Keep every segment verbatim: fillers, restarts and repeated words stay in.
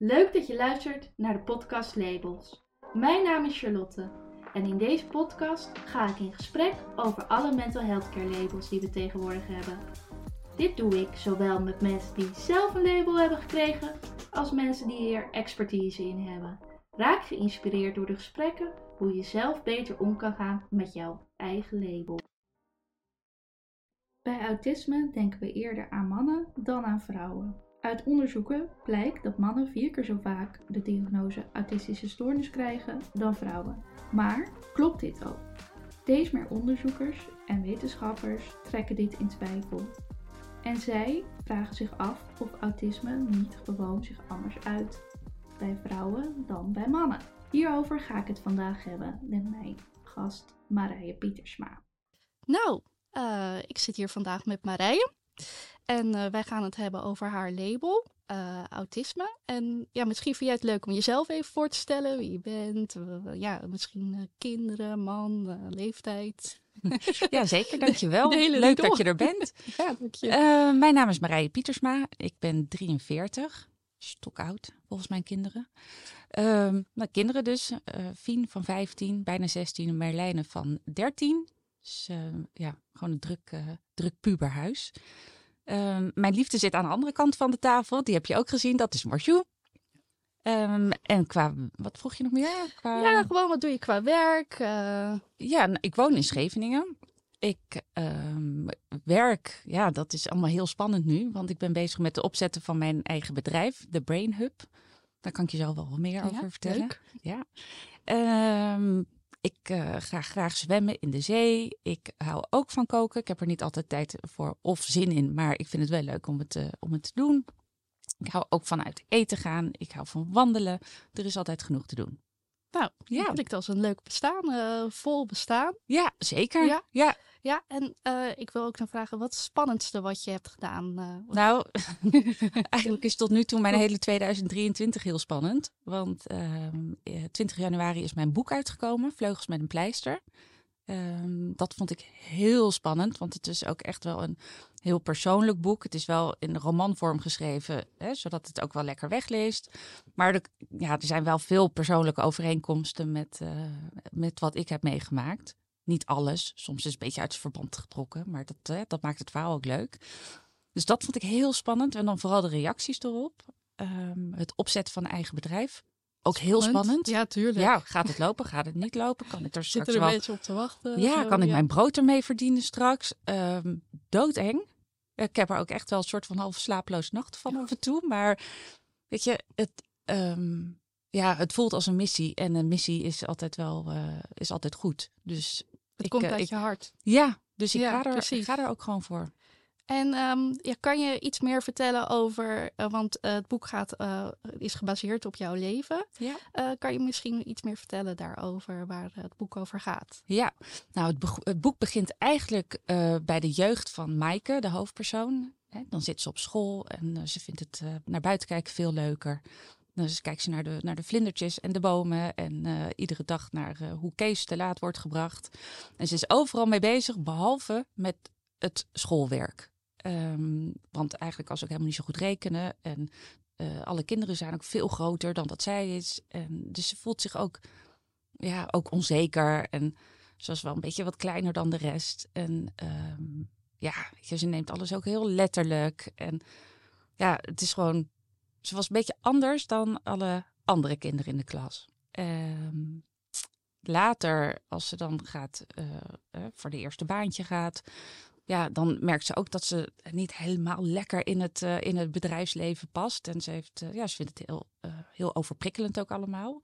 Leuk dat je luistert naar de podcast Labels. Mijn naam is Charlotte en in deze podcast ga ik in gesprek over alle mental health care labels die we tegenwoordig hebben. Dit doe ik zowel met mensen die zelf een label hebben gekregen, als mensen die hier expertise in hebben. Raak geïnspireerd door de gesprekken hoe je zelf beter om kan gaan met jouw eigen label. Bij autisme denken we eerder aan mannen dan aan vrouwen. Uit onderzoeken blijkt dat mannen vier keer zo vaak de diagnose autistische stoornis krijgen dan vrouwen. Maar klopt dit ook? Steeds meer onderzoekers en wetenschappers trekken dit in twijfel. En zij vragen zich af of autisme niet gewoon zich anders uit bij vrouwen dan bij mannen. Hierover ga ik het vandaag hebben met mijn gast Marije Pietersma. Nou, uh, ik zit hier vandaag met Marije. En uh, wij gaan het hebben over haar label, uh, autisme. En ja, misschien vind jij het leuk om jezelf even voor te stellen, wie je bent. Uh, ja, misschien uh, kinderen, man, uh, leeftijd. Ja, zeker. Dankjewel. Leuk dat je er bent. Ja, dank je. Uh, mijn naam is Marije Pietersma. Ik ben drieënveertig. Stokoud, volgens mijn kinderen. Uh, nou, kinderen dus. Uh, Fien van vijftien, bijna zestien en Merlijne van dertien. Dus uh, ja, gewoon een druk, uh, druk puberhuis. Uh, mijn liefde zit aan de andere kant van de tafel. Die heb je ook gezien. Dat is Marjoe. Um, en qua, wat vroeg je nog meer? Qua... Ja, gewoon wat doe je qua werk? Uh... Ja, nou, ik woon in Scheveningen. Ik um, werk, ja, dat is allemaal heel spannend nu. Want ik ben bezig met het opzetten van mijn eigen bedrijf, de Brain Hub. Daar kan ik je zo wel wat meer over ja, vertellen. Leuk. Ja. Um, ik uh, ga graag zwemmen in de zee. Ik hou ook van koken. Ik heb er niet altijd tijd voor of zin in, maar ik vind het wel leuk om het, uh, om het te doen. Ik hou ook van uit eten gaan. Ik hou van wandelen. Er is altijd genoeg te doen. Nou, ja. Dat klinkt als een leuk bestaan, uh, vol bestaan. Ja, zeker. Ja, ja. ja en uh, ik wil ook nog vragen, wat is het spannendste wat je hebt gedaan? Uh, nou, eigenlijk is tot nu toe mijn hele tweeduizend drieëntwintig heel spannend. Want uh, twintig januari is mijn boek uitgekomen, Vleugels met een pleister. Um, dat vond ik heel spannend, want het is ook echt wel een heel persoonlijk boek. Het is wel in romanvorm geschreven, hè, zodat het ook wel lekker wegleest. Maar de, ja, er zijn wel veel persoonlijke overeenkomsten met, uh, met wat ik heb meegemaakt. Niet alles, soms is het een beetje uit het verband getrokken, maar dat, hè, dat maakt het verhaal ook leuk. Dus dat vond ik heel spannend. En dan vooral de reacties erop. Um, het opzetten van een eigen bedrijf. Ook heel spannend. Ja, tuurlijk. Ja, gaat het lopen? Gaat het niet lopen? Kan ik er straks Zit er een wel... beetje op te wachten? Ja, zo, kan ik ja. mijn brood ermee verdienen straks? Um, doodeng. Ik heb er ook echt wel een soort van half slaaploze nacht van af en toe. Maar weet je, het, um, ja, het voelt als een missie. En een missie is altijd wel uh, is altijd goed. Dus het ik, komt uh, uit ik, je hart. Ja, dus ik, ja, ga, er, ik ga er ook gewoon voor. En um, ja, kan je iets meer vertellen over, uh, want uh, het boek gaat, uh, is gebaseerd op jouw leven. Ja. Uh, kan je misschien iets meer vertellen daarover, waar uh, het boek over gaat? Ja, nou het, be- het boek begint eigenlijk uh, bij de jeugd van Maaike, de hoofdpersoon. Hè, dan zit ze op school en uh, ze vindt het uh, naar buiten kijken veel leuker. Dan dus kijkt ze naar de, naar de vlindertjes en de bomen en uh, iedere dag naar uh, hoe Kees te laat wordt gebracht. En ze is overal mee bezig, behalve met het schoolwerk. Um, want eigenlijk kan ze ook helemaal niet zo goed rekenen. En uh, alle kinderen zijn ook veel groter dan dat zij is. En dus ze voelt zich ook, ja, ook onzeker. En ze was wel een beetje wat kleiner dan de rest. En um, ja, ze neemt alles ook heel letterlijk. En ja, het is gewoon... Ze was een beetje anders dan alle andere kinderen in de klas. Um, later, als ze dan gaat, uh, uh, voor de eerste baantje gaat... Ja, dan merkt ze ook dat ze niet helemaal lekker in het, uh, in het bedrijfsleven past. En ze, heeft, uh, ja, ze vindt het heel, uh, heel overprikkelend ook allemaal.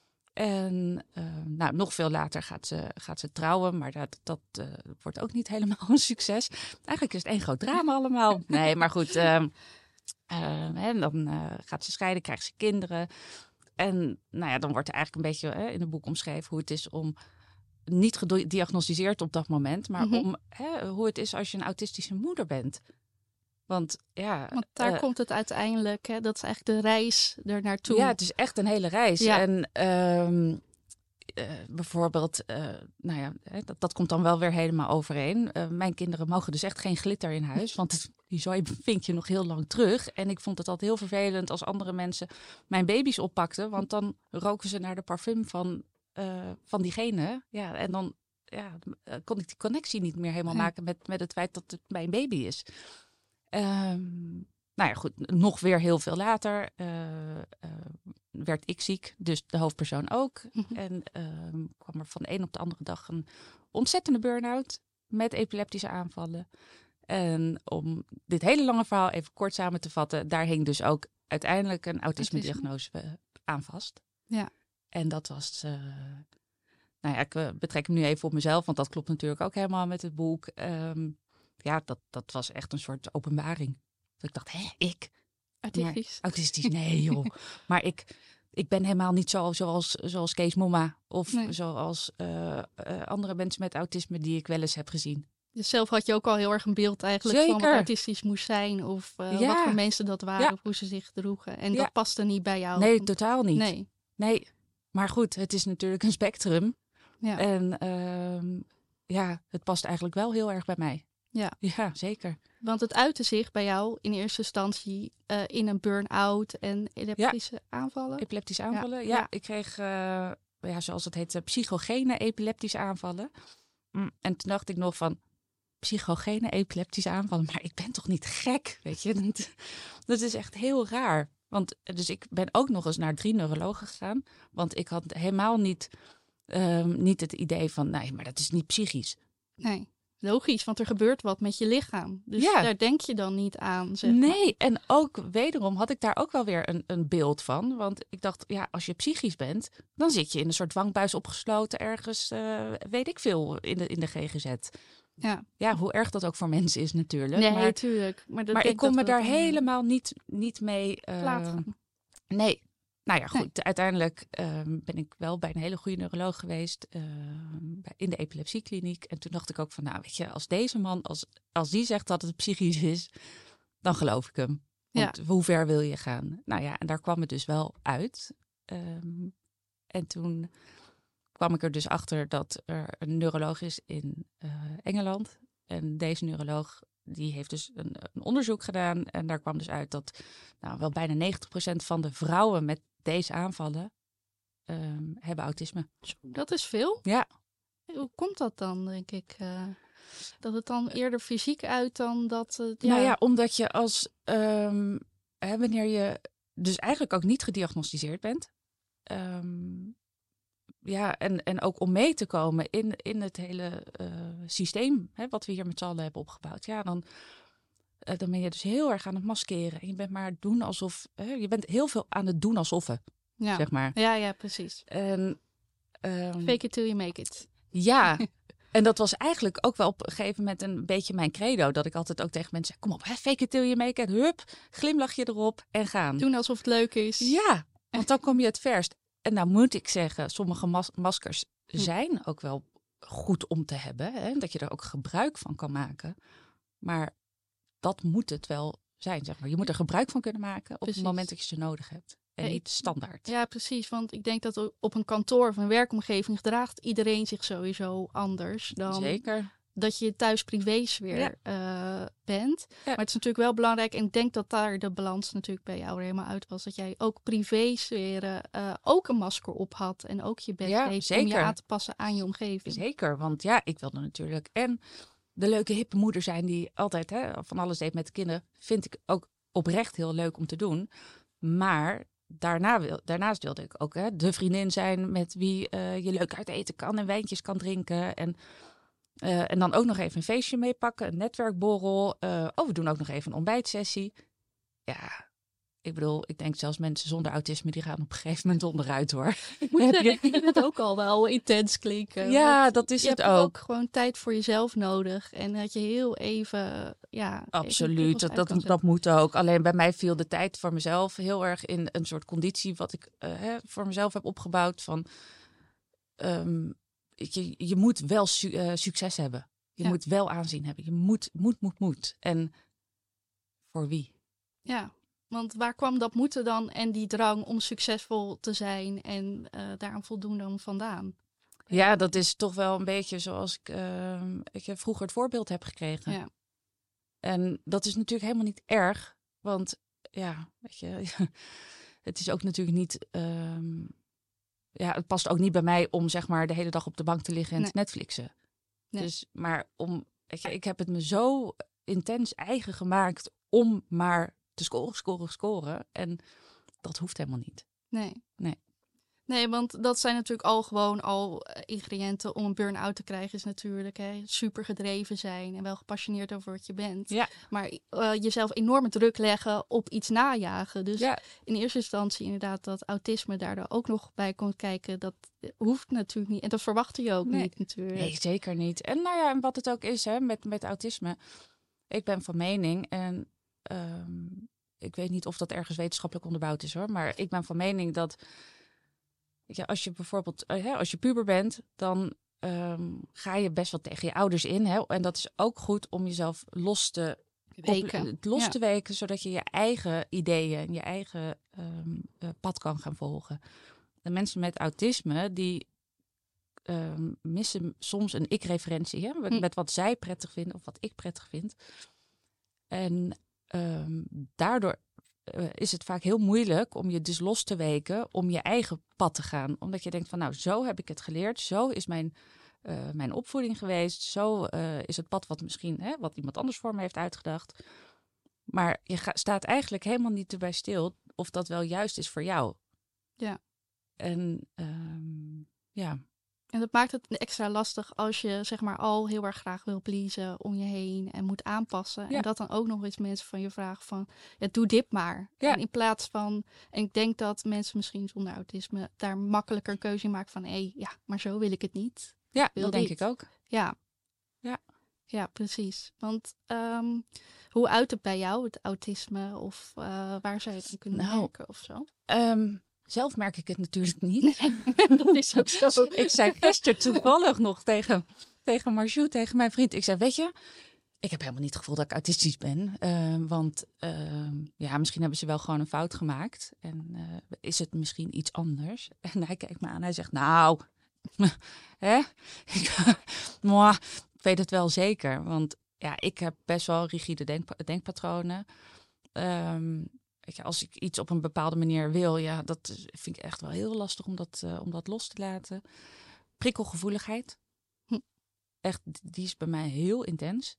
En uh, nou, nog veel later gaat ze, gaat ze trouwen, maar dat, dat uh, wordt ook niet helemaal een succes. Eigenlijk is het één groot drama allemaal. Nee, maar goed. Uh, uh, en dan uh, gaat ze scheiden, krijgt ze kinderen. En nou ja, dan wordt er eigenlijk een beetje uh, in het boek omschreven hoe het is om... niet gediagnosticeerd op dat moment, maar mm-hmm. om hè, hoe het is als je een autistische moeder bent. Want ja... Want daar uh, komt het uiteindelijk, hè, dat is eigenlijk de reis er naartoe. Ja, het is echt een hele reis. Ja. En um, uh, bijvoorbeeld, uh, nou ja, dat, dat komt dan wel weer helemaal overeen. Uh, mijn kinderen mogen dus echt geen glitter in huis, want het, die zooi vind je nog heel lang terug. En ik vond het altijd heel vervelend als andere mensen mijn baby's oppakten, want dan roken ze naar de parfum van, uh, van diegene. Ja, en dan ja, kon ik die connectie niet meer helemaal Nee. maken met, met het feit dat het mijn baby is. Um, nou ja, goed, nog weer heel veel later uh, uh, werd ik ziek, dus de hoofdpersoon ook. Mm-hmm. En uh, kwam er van de een op de andere dag een ontzettende burn-out met epileptische aanvallen. En om dit hele lange verhaal even kort samen te vatten, daar hing dus ook uiteindelijk een autisme-diagnose Autisme. aan vast. Ja. En dat was, uh, nou ja, ik betrek hem nu even op mezelf, want dat klopt natuurlijk ook helemaal met het boek. Um, ja, dat, dat was echt een soort openbaring. Ik dacht, hè, ik? Autistisch? Maar, autistisch, nee joh. Maar ik, ik ben helemaal niet zo, zoals, zoals Kees Momma. Of nee. zoals uh, uh, andere mensen met autisme die ik wel eens heb gezien. Dus zelf had je ook al heel erg een beeld eigenlijk Zeker. van wat autistisch moest zijn. Of uh, ja. wat voor mensen dat waren. Ja. Of hoe ze zich droegen. En ja. dat paste niet bij jou. Nee, totaal niet. Nee. nee. Maar goed, het is natuurlijk een spectrum. Ja. En uh, ja, het past eigenlijk wel heel erg bij mij. Ja. ja, zeker. Want het uitte zich bij jou in eerste instantie uh, in een burn-out en epileptische ja. aanvallen. Epileptische aanvallen, ja. ja. ja. Ik kreeg, uh, ja, zoals het heet, uh, psychogene epileptische aanvallen. Mm, en toen dacht ik nog van, psychogene epileptische aanvallen, maar ik ben toch niet gek, weet je. Dat, dat is echt heel raar. Want dus ik ben ook nog eens naar drie neurologen gegaan. Want ik had helemaal niet, uh, niet het idee van, nee, maar dat is niet psychisch. Nee. Logisch, want er gebeurt wat met je lichaam. Dus ja. daar denk je dan niet aan, zeg Nee, maar. En ook wederom had ik daar ook wel weer een, een beeld van. Want ik dacht, ja, als je psychisch bent, dan zit je in een soort dwangbuis opgesloten ergens, uh, weet ik veel, in de, in de G G Z. Ja. ja, hoe erg dat ook voor mensen is natuurlijk. Nee, maar, natuurlijk. Maar, maar ik kon me daar helemaal niet, niet mee... Uh, plaatsen. Nee. Nou ja, goed. Nee. Uiteindelijk uh, ben ik wel bij een hele goede neuroloog geweest uh, in de epilepsiekliniek. En toen dacht ik ook van, nou weet je, als deze man, als, als die zegt dat het psychisch is, dan geloof ik hem. Want ja. hoe ver wil je gaan? Nou ja, en daar kwam het dus wel uit. Um, en toen kwam ik er dus achter dat er een neuroloog is in uh, Engeland. En deze neuroloog, die heeft dus een, een onderzoek gedaan. En daar kwam dus uit dat nou, wel bijna negentig procent van de vrouwen met deze aanvallen um, hebben autisme. Dat is veel. Ja. Hoe komt dat dan, denk ik? Uh, dat het dan eerder fysiek uit dan dat... Uh, ja. Nou ja, omdat je als... Um, hè, wanneer je dus eigenlijk ook niet gediagnosticeerd bent... Um, ja, en, en ook om mee te komen in, in het hele uh, systeem... Hè, wat we hier met z'n allen hebben opgebouwd... Ja, dan... Uh, dan ben je dus heel erg aan het maskeren. En je bent maar doen alsof... Uh, je bent heel veel aan het doen alsof, ja. zeg maar. Ja, ja, precies. En, um, fake it till you make it. Ja, en dat was eigenlijk ook wel op een gegeven moment een beetje mijn credo. Dat ik altijd ook tegen mensen zeg, kom op, hè, fake it till you make it. Hup, glimlach je erop en gaan. Doen alsof het leuk is. Ja, want dan kom je het verst. En nou moet ik zeggen, sommige mas- maskers zijn ook wel goed om te hebben. Hè? Dat je er ook gebruik van kan maken. Maar... dat moet het wel zijn, zeg maar. Je moet er gebruik van kunnen maken op precies. Het moment dat je ze nodig hebt. En ja, niet standaard. Ja, precies. Want ik denk dat op een kantoor of een werkomgeving gedraagt iedereen zich sowieso anders dan Zeker. Dat je thuis privésfeer ja. uh, bent. Ja. Maar het is natuurlijk wel belangrijk. En ik denk dat daar de balans natuurlijk bij jou er helemaal uit was. Dat jij ook privésfeer uh, ook een masker op had. En ook je best ja, deed zeker. om je aan te passen aan je omgeving. Zeker, want ja, ik wilde natuurlijk... en de leuke hippe moeder zijn die altijd hè, van alles deed met de kinderen, vind ik ook oprecht heel leuk om te doen. Maar daarna wil, daarnaast wilde ik ook hè, de vriendin zijn met wie uh, je leuk uit eten kan en wijntjes kan drinken. En, uh, en dan ook nog even een feestje meepakken, een netwerkborrel. Uh, oh, we doen ook nog even een ontbijtsessie. Ja, ik bedoel, ik denk zelfs mensen zonder autisme, die gaan op een gegeven moment onderuit hoor. Ik moet zeggen, ik vind het ook al wel intens klinken. Ja, dat is je het hebt ook. ook gewoon tijd voor jezelf nodig. En dat je heel even, ja... Absoluut, even dat, dat, dat moet ook. Alleen bij mij viel de tijd voor mezelf heel erg in een soort conditie wat ik uh, hè, voor mezelf heb opgebouwd van... Um, je, je moet wel su- uh, succes hebben. Je ja. moet wel aanzien hebben. Je moet, moet, moet, moet. En voor wie? Ja. Want waar kwam dat moeten dan en die drang om succesvol te zijn en uh, daaraan voldoen dan vandaan? Ja, dat is toch wel een beetje zoals ik, uh, ik vroeger het voorbeeld heb gekregen. Ja. En dat is natuurlijk helemaal niet erg. Want ja, weet je, het is ook natuurlijk niet... Um, ja, het past ook niet bij mij om zeg maar de hele dag op de bank te liggen en Nee. te Netflixen. Nee. Dus, maar om, weet je, ik heb het me zo intens eigen gemaakt om maar te scoren, scoren, scoren. En dat hoeft helemaal niet. Nee. Nee. Nee, want dat zijn natuurlijk al gewoon al ingrediënten om een burn-out te krijgen. Is natuurlijk hè, super gedreven zijn en wel gepassioneerd over wat je bent. Ja. Maar uh, jezelf enorme druk leggen op iets najagen. Dus Ja. in eerste instantie inderdaad dat autisme daardoor ook nog bij komt kijken. Dat hoeft natuurlijk niet. En dat verwacht je ook nee. niet natuurlijk. Nee, zeker niet. En nou ja, en wat het ook is hè, met, met autisme. Ik ben van mening en um, ik weet niet of dat ergens wetenschappelijk onderbouwd is hoor. Maar ik ben van mening dat... Ja, als je bijvoorbeeld, uh, als je puber bent, dan um, ga je best wel tegen je ouders in. Hè? En dat is ook goed om jezelf los te weken, op, los ja. te weken, zodat je je eigen ideeën en je eigen um, uh, pad kan gaan volgen. De mensen met autisme, die um, missen soms een ik-referentie, hè? Met, hm. met wat zij prettig vinden of wat ik prettig vind. En um, daardoor Uh, is het vaak heel moeilijk om je dus los te weken om je eigen pad te gaan. Omdat je denkt van nou, zo heb ik het geleerd. Zo is mijn, uh, mijn opvoeding geweest. Zo uh, is het pad wat misschien hè, wat iemand anders voor me heeft uitgedacht. Maar je ga, staat eigenlijk helemaal niet erbij stil of dat wel juist is voor jou. Ja. En um, ja... En dat maakt het extra lastig als je zeg maar al heel erg graag wil pleasen om je heen en moet aanpassen. Ja. En dat dan ook nog eens mensen van je vragen van, ja, doe dit maar. Ja. En in plaats van, en ik denk dat mensen misschien zonder autisme daar makkelijker een keuze in maken van, hé, hey, ja, maar zo wil ik het niet. Ja, dat denk ik ook. Ja. Ja. Ja, precies. Want um, hoe uit het bij jou, het autisme? Of uh, waar zou je het aan kunnen nou, merken of zo? Um... Zelf merk ik het natuurlijk niet. Nee, dat is ook zo. Ik zei gisteren toevallig nog tegen, tegen Marjoe, tegen mijn vriend. Ik zei, weet je, ik heb helemaal niet het gevoel dat ik autistisch ben. Uh, want uh, ja, misschien hebben ze wel gewoon een fout gemaakt. En uh, is het misschien iets anders? En hij kijkt me aan en hij zegt, nou, hè? ik, moi, ik weet het wel zeker. Want ja, ik heb best wel rigide denk, denkpatronen. Um, Weet je, als ik iets op een bepaalde manier wil, ja, dat vind ik echt wel heel lastig om dat, uh, om dat los te laten. Prikkelgevoeligheid. Hm. Echt, die is bij mij heel intens.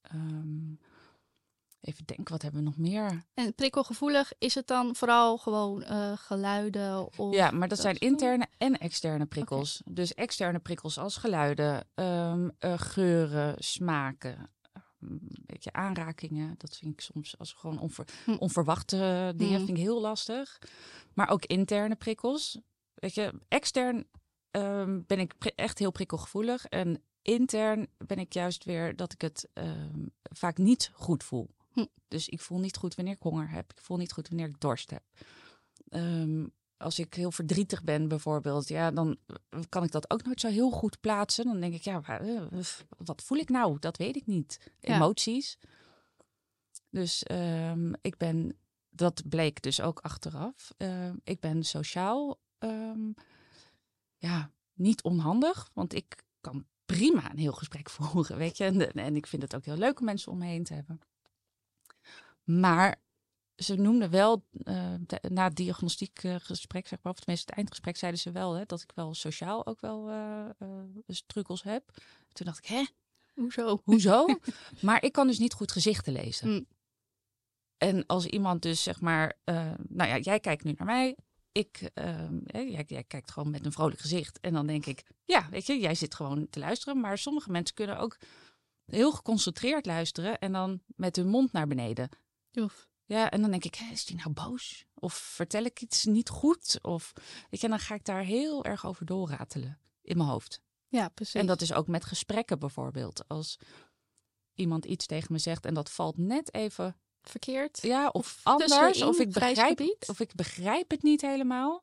Um, even denken, wat hebben we nog meer? En prikkelgevoelig, is het dan vooral gewoon uh, geluiden? Of ja, maar dat, dat zijn interne en externe prikkels. Okay. Dus externe prikkels als geluiden, um, uh, geuren, smaken. Een beetje aanrakingen, dat vind ik soms als gewoon onver, onverwachte dingen, vind ik heel lastig. Maar ook interne prikkels. Weet je, extern um, ben ik pri- echt heel prikkelgevoelig. En intern ben ik juist weer dat ik het um, vaak niet goed voel. Hm. Dus ik voel niet goed wanneer ik honger heb. Ik voel niet goed wanneer ik dorst heb. Um, als ik heel verdrietig ben bijvoorbeeld, ja, dan kan ik dat ook nooit zo heel goed plaatsen. Dan denk ik, ja, wat voel ik nou? Dat weet ik niet. Emoties. Ja. Dus um, ik ben, dat bleek dus ook achteraf. Uh, ik ben sociaal, um, ja, niet onhandig. Want ik kan prima een heel gesprek voeren, weet je. En, en ik vind het ook heel leuk om mensen om me heen te hebben. Maar ze noemden wel, uh, de, na het diagnostiekgesprek, zeg maar, of tenminste het eindgesprek, zeiden ze wel hè, dat ik wel sociaal ook wel uh, uh, struggles heb. Toen dacht ik, hè? Hoezo? Hoezo? Maar ik kan dus niet goed gezichten lezen. Mm. En als iemand dus, zeg maar, uh, nou ja, jij kijkt nu naar mij. Ik, uh, jij, jij kijkt gewoon met een vrolijk gezicht. En dan denk ik, ja, weet je, jij zit gewoon te luisteren. Maar sommige mensen kunnen ook heel geconcentreerd luisteren en dan met hun mond naar beneden. Oef. Ja, en dan denk ik, hé, is die nou boos? Of vertel ik iets niet goed? Of, weet je, dan ga ik daar heel erg over doorratelen in mijn hoofd. Ja, precies. En dat is ook met gesprekken bijvoorbeeld. Als iemand iets tegen me zegt en dat valt net even verkeerd. Ja, of, of anders. Of ik, begrijp, of ik begrijp het niet helemaal.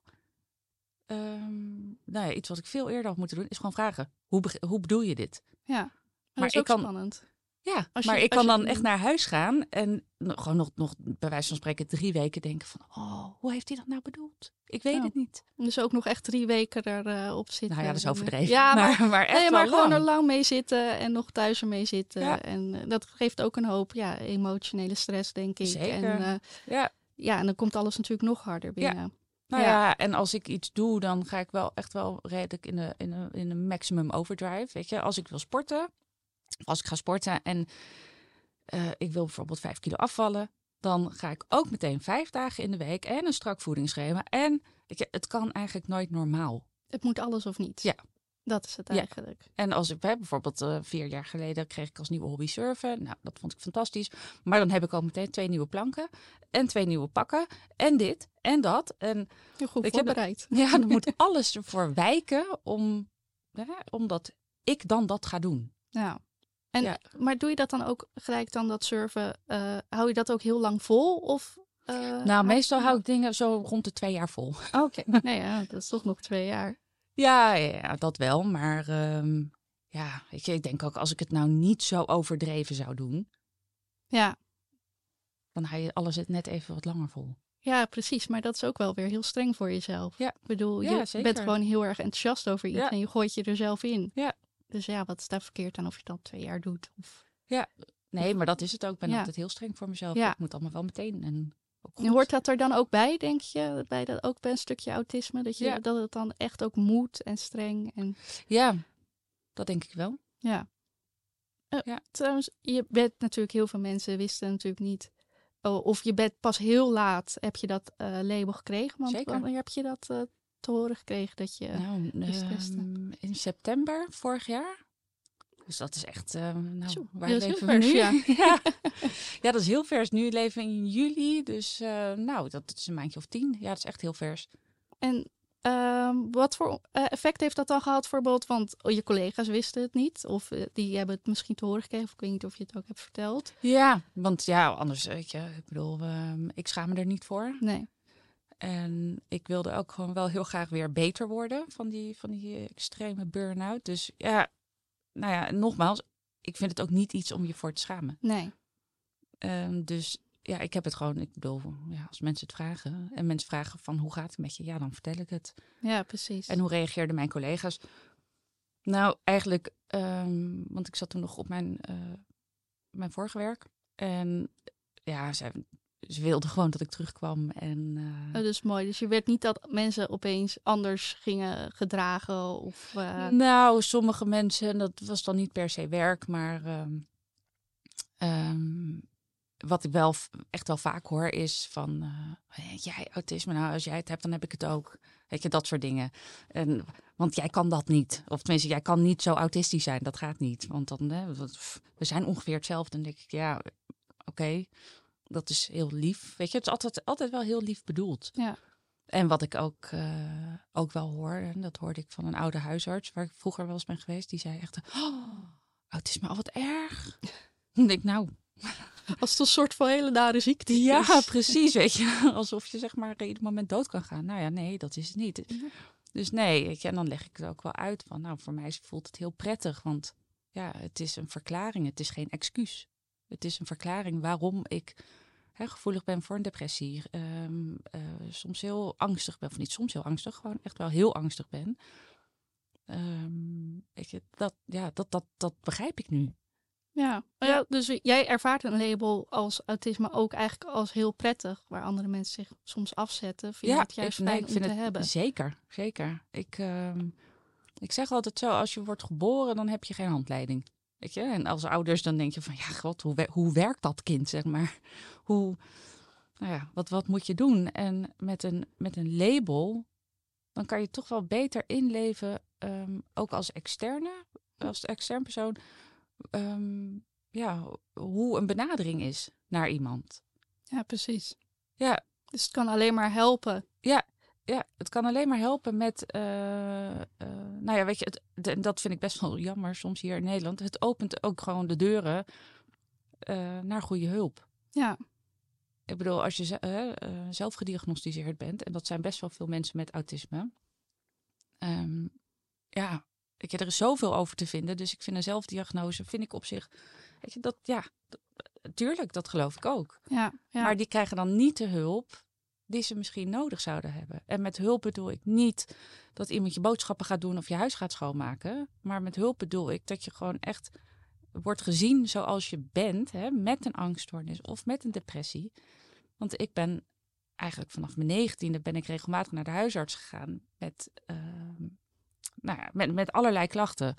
Um, nou ja, iets wat ik veel eerder had moeten doen, is gewoon vragen. Hoe, be- hoe bedoel je dit? Ja, maar, maar dat is ook ik kan, spannend. Ja, Als je- maar ik als kan je dan het echt niet- naar huis gaan en nog, gewoon nog, nog bij wijze van spreken drie weken denken van, oh, hoe heeft hij dat nou bedoeld? Ik weet Oh. het niet. Dus ook nog echt drie weken erop op zitten. Nou ja, dat is Dan- overdreven. Ja, maar, maar, maar echt nee, maar wel gewoon lang. er lang mee zitten en nog thuis ermee zitten. Ja. En eh, dat geeft ook een hoop ja, emotionele stress, denk ik. Zeker. En, eh, Ja. ja, en dan komt alles natuurlijk nog harder binnen. Nou Ja. ja. en als ik iets doe, dan ga ik wel echt wel redelijk in de, in de, in de maximum overdrive. Weet je, als ik wil sporten, of als ik ga sporten en uh, ik wil bijvoorbeeld vijf kilo afvallen, dan ga ik ook meteen vijf dagen in de week en een strak voedingsschema. En weet je, het kan eigenlijk nooit normaal. Het moet alles of niets. Ja. Dat is het Ja. eigenlijk. En als ik hè, bijvoorbeeld uh, vier jaar geleden kreeg ik als nieuwe hobby surfen. Nou, dat vond ik fantastisch. Maar dan heb ik ook meteen twee nieuwe planken en twee nieuwe pakken en dit en dat. En Heel goed weet je, voorbereid. ja, dan moet alles ervoor wijken om, ja, omdat ik dan dat ga doen. Ja. En, Ja. Maar doe je dat dan ook gelijk dan dat surfen? Uh, hou je dat ook heel lang vol? Of, uh, nou, meestal hou ik dingen zo rond de twee jaar vol. Oké, okay. Nee, ja, dat is toch nog twee jaar. Ja, ja, dat wel. Maar um, ja, weet je, ik denk ook als ik het nou niet zo overdreven zou doen. Ja. Dan hou je alles het net even wat langer vol. Ja, precies. Maar dat is ook wel weer heel streng voor jezelf. Ja. Ik bedoel, je ja, bent gewoon heel erg enthousiast over iets ja. en je gooit je er zelf in. Ja. Dus ja, wat is daar verkeerd aan of je dat twee jaar doet? Of... Ja, nee, maar dat is het ook. Ik ben ja. altijd heel streng voor mezelf. Ja. Ik moet allemaal wel meteen. En En hoort dat er dan ook bij, denk je? Bij dat, ook bij een stukje autisme? Dat, je, ja. dat het dan echt ook moet en streng? En... Ja, dat denk ik wel. Ja. Uh, ja. Trouwens, je bent natuurlijk, heel veel mensen wisten natuurlijk niet. Oh, of je bent pas heel laat, heb je dat uh, label gekregen? Want Zeker. wanneer heb je dat uh, te horen gekregen? Dat je nou, um, in september vorig jaar. Dus dat is echt, uh, nou, Zo, waar heel leven vers, we nu? Ja. ja. ja, dat is heel vers. Nu leven we in juli, dus uh, nou, dat is een maandje of tien. Ja, dat is echt heel vers. En uh, wat voor uh, effect heeft dat dan gehad bijvoorbeeld? Want je collega's wisten het niet, of uh, die hebben het misschien te horen gekregen, of ik weet niet of je het ook hebt verteld. Ja, want ja, anders, weet je, ik bedoel, uh, ik schaam me er niet voor. Nee. En ik wilde ook gewoon wel heel graag weer beter worden van die, van die extreme burn-out. Dus ja, nou ja, nogmaals, ik vind het ook niet iets om je voor te schamen. Nee. Um, dus ja, ik heb het gewoon, ik bedoel, ja, als mensen het vragen en mensen vragen van hoe gaat het met je? Ja, dan vertel ik het. Ja, precies. En hoe reageerden mijn collega's? Nou, eigenlijk, um, want ik zat toen nog op mijn, uh, mijn vorige werk. En ja, zij, ze wilden gewoon dat ik terugkwam. En, uh... oh, dat is mooi. Dus je werd niet dat mensen opeens anders gingen gedragen? Of, uh... Nou, sommige mensen, dat was dan niet per se werk, maar um, um, wat ik wel echt wel vaak hoor is van, uh, jij autisme, nou als jij het hebt, dan heb ik het ook. Weet je, dat soort dingen. En, want jij kan dat niet. Of tenminste, jij kan niet zo autistisch zijn. Dat gaat niet. Want dan, hè, we zijn ongeveer hetzelfde. Dan denk ik, ja, oké, okay, dat is heel lief. Weet je, het is altijd, altijd wel heel lief bedoeld. Ja. En wat ik ook, uh, ook wel hoor, en dat hoorde ik van een oude huisarts, waar ik vroeger wel eens ben geweest, die zei echt, oh, autisme, al wat erg. Dan denk ik, nou... Als het een soort van hele nare ziekte is. Ja, precies, weet je. Alsof je zeg maar ieder moment dood kan gaan. Nou ja, nee, dat is het niet. Ja. Dus nee, weet je, en dan leg ik het ook wel uit van, nou, voor mij voelt het heel prettig, want ja, het is een verklaring, het is geen excuus. Het is een verklaring waarom ik hè, gevoelig ben voor een depressie, um, uh, soms heel angstig ben, of niet soms heel angstig, gewoon echt wel heel angstig ben. Um, weet je, dat, ja, dat, dat, dat begrijp ik nu. Ja. ja, dus jij ervaart een label als autisme ook eigenlijk als heel prettig, waar andere mensen zich soms afzetten. Vind je ja, het juist ik, fijn nee, ik om vind te het, hebben? Zeker, zeker. Ik, uh, ik zeg altijd zo, als je wordt geboren, dan heb je geen handleiding. Weet je? En als ouders dan denk je van, ja god, hoe, hoe werkt dat kind, zeg maar? Hoe, nou ja, wat, wat moet je doen? En met een, met een label, dan kan je toch wel beter inleven, um, ook als externe, als extern persoon, um, ja, hoe een benadering is naar iemand. Ja, precies. Ja. Dus het kan alleen maar helpen. Ja, ja, het kan alleen maar helpen met, uh, uh, nou ja, weet je, het, de, dat vind ik best wel jammer soms hier in Nederland. Het opent ook gewoon de deuren uh, naar goede hulp. Ja. Ik bedoel, als je uh, uh, zelf gediagnosticeerd bent, en dat zijn best wel veel mensen met autisme. Um, ja, weet je, er is zoveel over te vinden. Dus ik vind een zelfdiagnose, vind ik op zich, weet je, dat ja, dat, tuurlijk, dat geloof ik ook. Ja, ja. Maar die krijgen dan niet de hulp die ze misschien nodig zouden hebben. En met hulp bedoel ik niet dat iemand je boodschappen gaat doen of je huis gaat schoonmaken. Maar met hulp bedoel ik dat je gewoon echt wordt gezien zoals je bent, hè, met een angststoornis of met een depressie. Want ik ben eigenlijk vanaf mijn negentiende ben ik regelmatig naar de huisarts gegaan met, uh, nou ja, met, met allerlei klachten.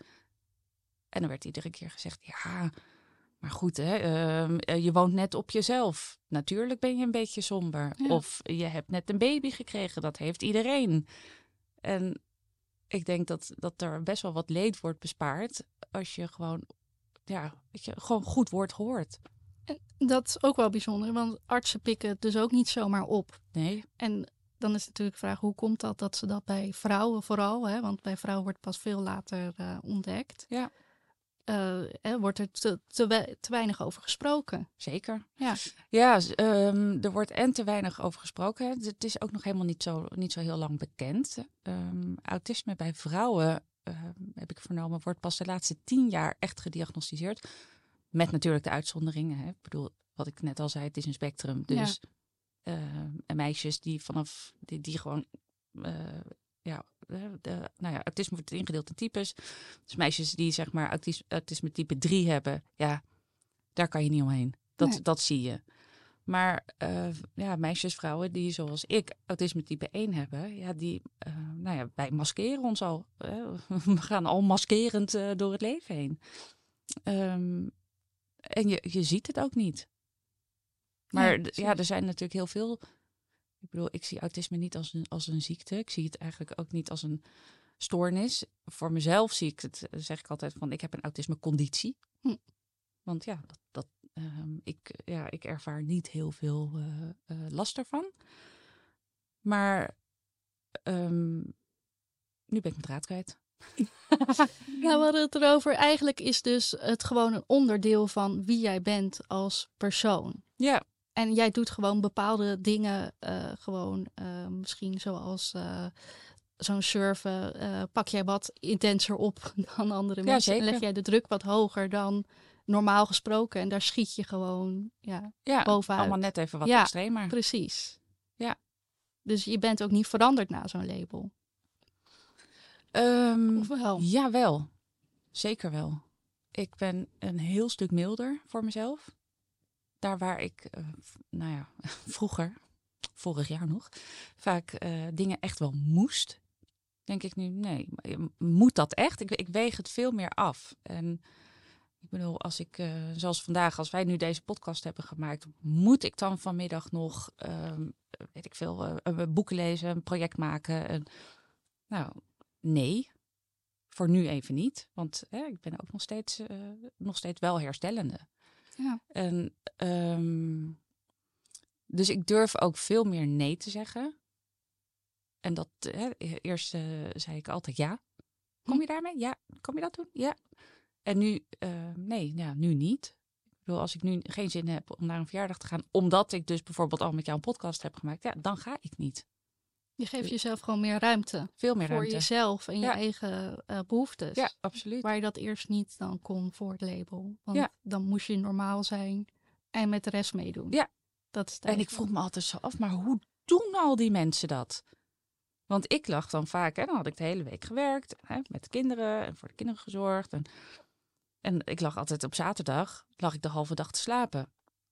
En dan werd iedere keer gezegd, ja, maar goed, hè, uh, je woont net op jezelf. Natuurlijk ben je een beetje somber. Ja. Of je hebt net een baby gekregen, dat heeft iedereen. En ik denk dat, dat er best wel wat leed wordt bespaard als je gewoon, ja, weet je, gewoon goed wordt gehoord. En dat is ook wel bijzonder, want artsen pikken het dus ook niet zomaar op. Nee. En dan is natuurlijk de vraag, hoe komt dat dat ze dat bij vrouwen vooral, hè, want bij vrouwen wordt pas veel later uh, ontdekt. Ja. Uh, hè, wordt er te, te, we- te weinig over gesproken. Zeker. Ja, Ja, um, er wordt en te weinig over gesproken. Het is ook nog helemaal niet zo, niet zo heel lang bekend. Um, autisme bij vrouwen, uh, heb ik vernomen, wordt pas de laatste tien jaar echt gediagnosticeerd. Met natuurlijk de uitzonderingen. Hè. Ik bedoel, wat ik net al zei, het is een spectrum. Dus ja. uh, en meisjes die vanaf, die, die gewoon, uh, ja, de, nou ja, autisme wordt ingedeeld in types. Dus meisjes die zeg maar autisme, autisme type drie hebben, ja, daar kan je niet omheen. Dat, nee. dat zie je. Maar uh, ja, meisjes, vrouwen die zoals ik autisme type één hebben, ja, die, uh, nou ja, wij maskeren ons al. Uh, we gaan al maskerend uh, door het leven heen. Um, en je, je ziet het ook niet. Maar nee, ja, er zijn natuurlijk heel veel. Ik bedoel, ik zie autisme niet als een, als een ziekte. Ik zie het eigenlijk ook niet als een stoornis. Voor mezelf zie ik het, zeg ik altijd van, ik heb een autisme-conditie. Hm. Want ja, dat, dat, um, ik, ja, ik ervaar niet heel veel uh, uh, last ervan. Maar um, nu ben ik mijn draad kwijt. Nou, we hadden het erover. Eigenlijk is dus het gewoon een onderdeel van wie jij bent als persoon. Ja. En jij doet gewoon bepaalde dingen, uh, gewoon uh, misschien zoals uh, zo'n surfen. Uh, pak jij wat intenser op dan andere ja, mensen. Zeker. En leg jij de druk wat hoger dan normaal gesproken. En daar schiet je gewoon ja, ja, bovenuit. Allemaal net even wat ja, extremer. Precies. Ja. Dus je bent ook niet veranderd na zo'n label. Um, of wel? Ja, wel. Zeker wel. Ik ben een heel stuk milder voor mezelf. Daar waar ik, uh, nou ja, vroeger, vorig jaar nog, vaak uh, dingen echt wel moest. Denk ik nu, nee, moet dat echt? Ik, ik weeg het veel meer af. En ik bedoel, als ik, uh, zoals vandaag, als wij nu deze podcast hebben gemaakt, moet ik dan vanmiddag nog, uh, weet ik veel, uh, boeken lezen, een project maken? En, nou, nee. Voor nu even niet, want hè, ik ben ook nog steeds, uh, nog steeds wel herstellende. Ja. En, um, dus ik durf ook veel meer nee te zeggen. En dat, hè, eerst uh, zei ik altijd ja. Kom je daarmee? Ja. Kom je dat doen? Ja. En nu, uh, nee, ja, nu niet. Ik bedoel, als ik nu geen zin heb om naar een verjaardag te gaan, omdat ik dus bijvoorbeeld al met jou een podcast heb gemaakt, ja, dan ga ik niet. Je geeft jezelf gewoon meer ruimte. Veel meer voor ruimte. jezelf en je ja. eigen uh, behoeftes. Ja, absoluut. Waar je dat eerst niet dan kon voor het label. Want ja. dan moest je normaal zijn en met de rest meedoen. Ja. Dat is en ik vroeg me altijd zo af, maar hoe doen al die mensen dat? Want ik lag dan vaak, hè, dan had ik de hele week gewerkt, hè, met de kinderen en voor de kinderen gezorgd. En, en ik lag altijd op zaterdag, lag ik de halve dag te slapen.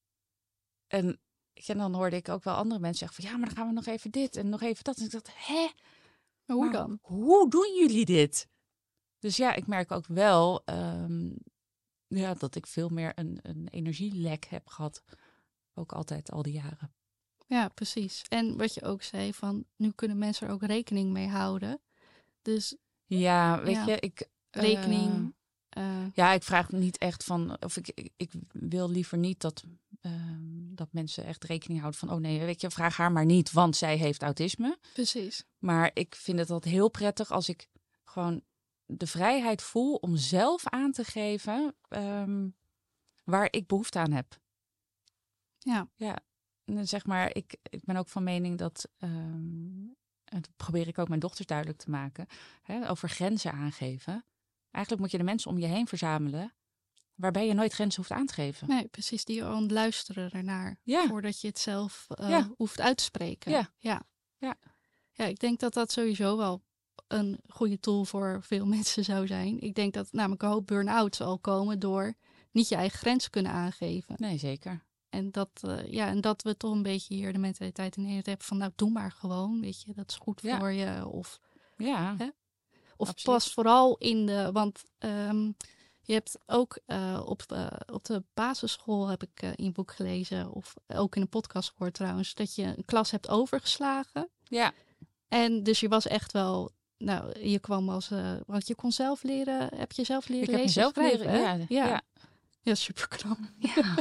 En ja, dan hoorde ik ook wel andere mensen zeggen van, ja, maar dan gaan we nog even dit en nog even dat. En ik dacht, hè? Maar hoe maar dan? Hoe doen jullie dit? Dus ja, ik merk ook wel um, ja, dat ik veel meer een, een energielek heb gehad. Ook altijd al die jaren. Ja, precies. En wat je ook zei, van nu kunnen mensen er ook rekening mee houden. Dus ja, weet ja, je, ik... Rekening. Uh, uh, ja, ik vraag niet echt van... Of ik, ik, ik wil liever niet dat, uh, dat mensen echt rekening houden van... Oh nee, weet je, vraag haar maar niet, want zij heeft autisme. Precies. Maar ik vind het altijd heel prettig als ik gewoon de vrijheid voel om zelf aan te geven um, waar ik behoefte aan heb. Ja. Ja, en zeg maar, ik, ik ben ook van mening dat... Um, en dat probeer ik ook mijn dochters duidelijk te maken. Hè, over grenzen aangeven. Eigenlijk moet je de mensen om je heen verzamelen, waarbij je nooit grenzen hoeft aan te geven. Nee, precies. Die gewoon luisteren ernaar. Ja. Voordat je het zelf uh, Ja. hoeft uit te spreken. Ja. Ja. Ja. Ja, ik denk dat dat sowieso wel een goede tool voor veel mensen zou zijn. Ik denk dat namelijk een hoop burn-out zal komen door niet je eigen grenzen kunnen aangeven. Nee, zeker. En dat, uh, ja, en dat we toch een beetje hier de mentaliteit in Nederland hebben van nou, doe maar gewoon. Weet je, dat is goed Ja. voor je. Of, Ja. hè? Of Absoluut. pas vooral in de, want um, je hebt ook uh, op, uh, op de basisschool, heb ik uh, in een boek gelezen, of ook in een podcast gehoord trouwens, dat je een klas hebt overgeslagen. Ja. En dus je was echt wel, nou, je kwam als, uh, want je kon zelf leren, heb je zelf leren Ik heb lezen mezelf schrijven, leren, hè? ja. Ja, ja. ja super knap. Ja.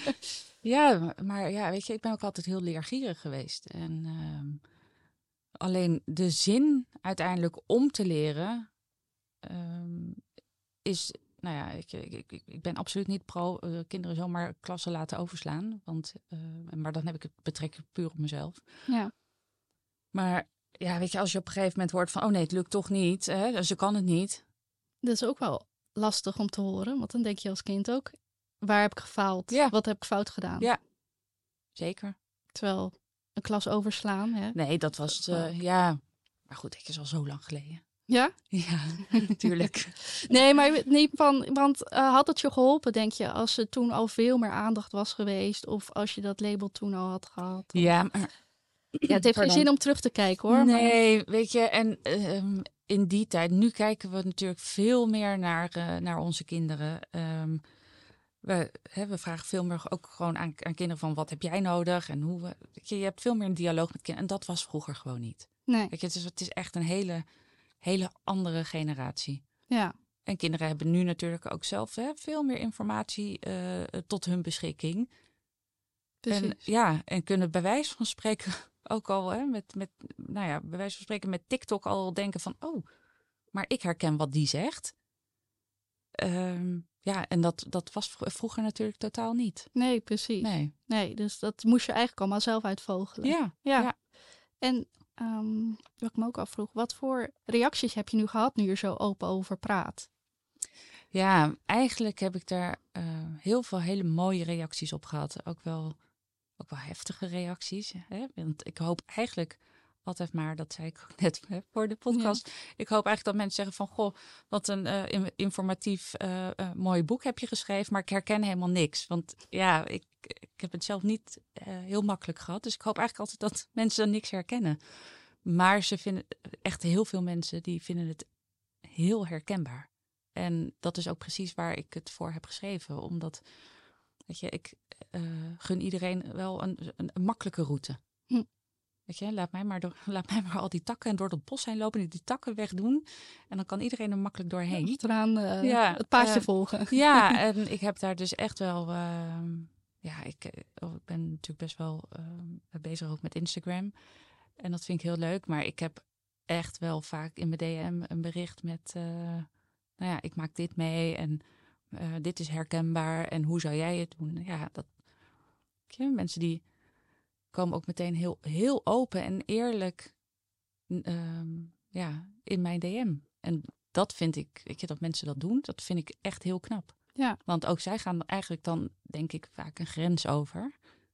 Ja, maar ja, weet je, ik ben ook altijd heel leergierig geweest. En uh, alleen de zin uiteindelijk om te leren uh, is, nou ja, ik, ik, ik, ik ben absoluut niet pro uh, kinderen zomaar klassen laten overslaan. Want, uh, maar dan heb ik het betrekking puur op mezelf. Ja. Maar ja, weet je, als je op een gegeven moment hoort van, oh nee, het lukt toch niet, hè, ze kan het niet. Dat is ook wel lastig om te horen, want dan denk je als kind ook, waar heb ik gefaald? Ja. Wat heb ik fout gedaan? Ja, zeker. Terwijl een klas overslaan, hè? Nee, dat was, uh, ja, maar goed, het is al zo lang geleden. Ja? Ja, natuurlijk. Nee, maar niet van, want uh, had het je geholpen, denk je, als er toen al veel meer aandacht was geweest, of als je dat label toen al had gehad? Of... Ja, maar... Ja, het heeft Pardon. geen zin om terug te kijken, hoor. Nee, maar... weet je, en um, in die tijd, nu kijken we natuurlijk veel meer naar, uh, naar onze kinderen. Um, we, hè, we vragen veel meer ook gewoon aan, aan kinderen van, wat heb jij nodig? En hoe we, weet je, je hebt veel meer een dialoog met kinderen. En dat was vroeger gewoon niet. Nee. Weet je, het is, het is echt een hele, hele andere generatie. Ja. En kinderen hebben nu natuurlijk ook zelf hè, veel meer informatie uh, tot hun beschikking. Precies. En, ja, en kunnen bij wijze van spreken ook al hè, met, met, nou ja, bij wijze van spreken met TikTok al denken van, oh, maar ik herken wat die zegt. Um, ja, en dat, dat was vroeger natuurlijk totaal niet. Nee, precies. Nee. Nee, dus dat moest je eigenlijk allemaal zelf uitvogelen. Ja. Ja. ja. En um, wat ik me ook afvroeg, wat voor reacties heb je nu gehad nu je er zo open over praat? Ja, eigenlijk heb ik daar uh, heel veel hele mooie reacties op gehad. Ook wel, ook wel heftige reacties. Hè? Want ik hoop eigenlijk altijd maar, dat zei ik ook net hè, voor de podcast. Ja. Ik hoop eigenlijk dat mensen zeggen van, goh, wat een uh, informatief uh, uh, mooi boek heb je geschreven, maar ik herken helemaal niks. Want ja, ik, ik heb het zelf niet uh, heel makkelijk gehad. Dus ik hoop eigenlijk altijd dat mensen dan niks herkennen. Maar ze vinden, echt heel veel mensen, die vinden het heel herkenbaar. En dat is ook precies waar ik het voor heb geschreven. Omdat, weet je, ik uh, gun iedereen wel een, een, een makkelijke route. Hm. Weet je, laat mij, maar door, laat mij maar al die takken en door het bos heen lopen en die takken wegdoen. En dan kan iedereen er makkelijk doorheen. Achteraan uh, ja, het paadje uh, volgen. Ja, en ik heb daar dus echt wel... Uh, ja, ik, oh, ik ben natuurlijk best wel uh, bezig ook met Instagram. En dat vind ik heel leuk. Maar ik heb echt wel vaak in mijn D M een bericht met... Uh, nou ja, ik maak dit mee en uh, dit is herkenbaar. En hoe zou jij het doen? Ja, dat... Ja, mensen die... komen ook meteen heel, heel open en eerlijk uh, ja, in mijn D M. En dat vind ik, weet je, dat mensen dat doen, dat vind ik echt heel knap. Ja. Want ook zij gaan eigenlijk dan, denk ik, vaak een grens over.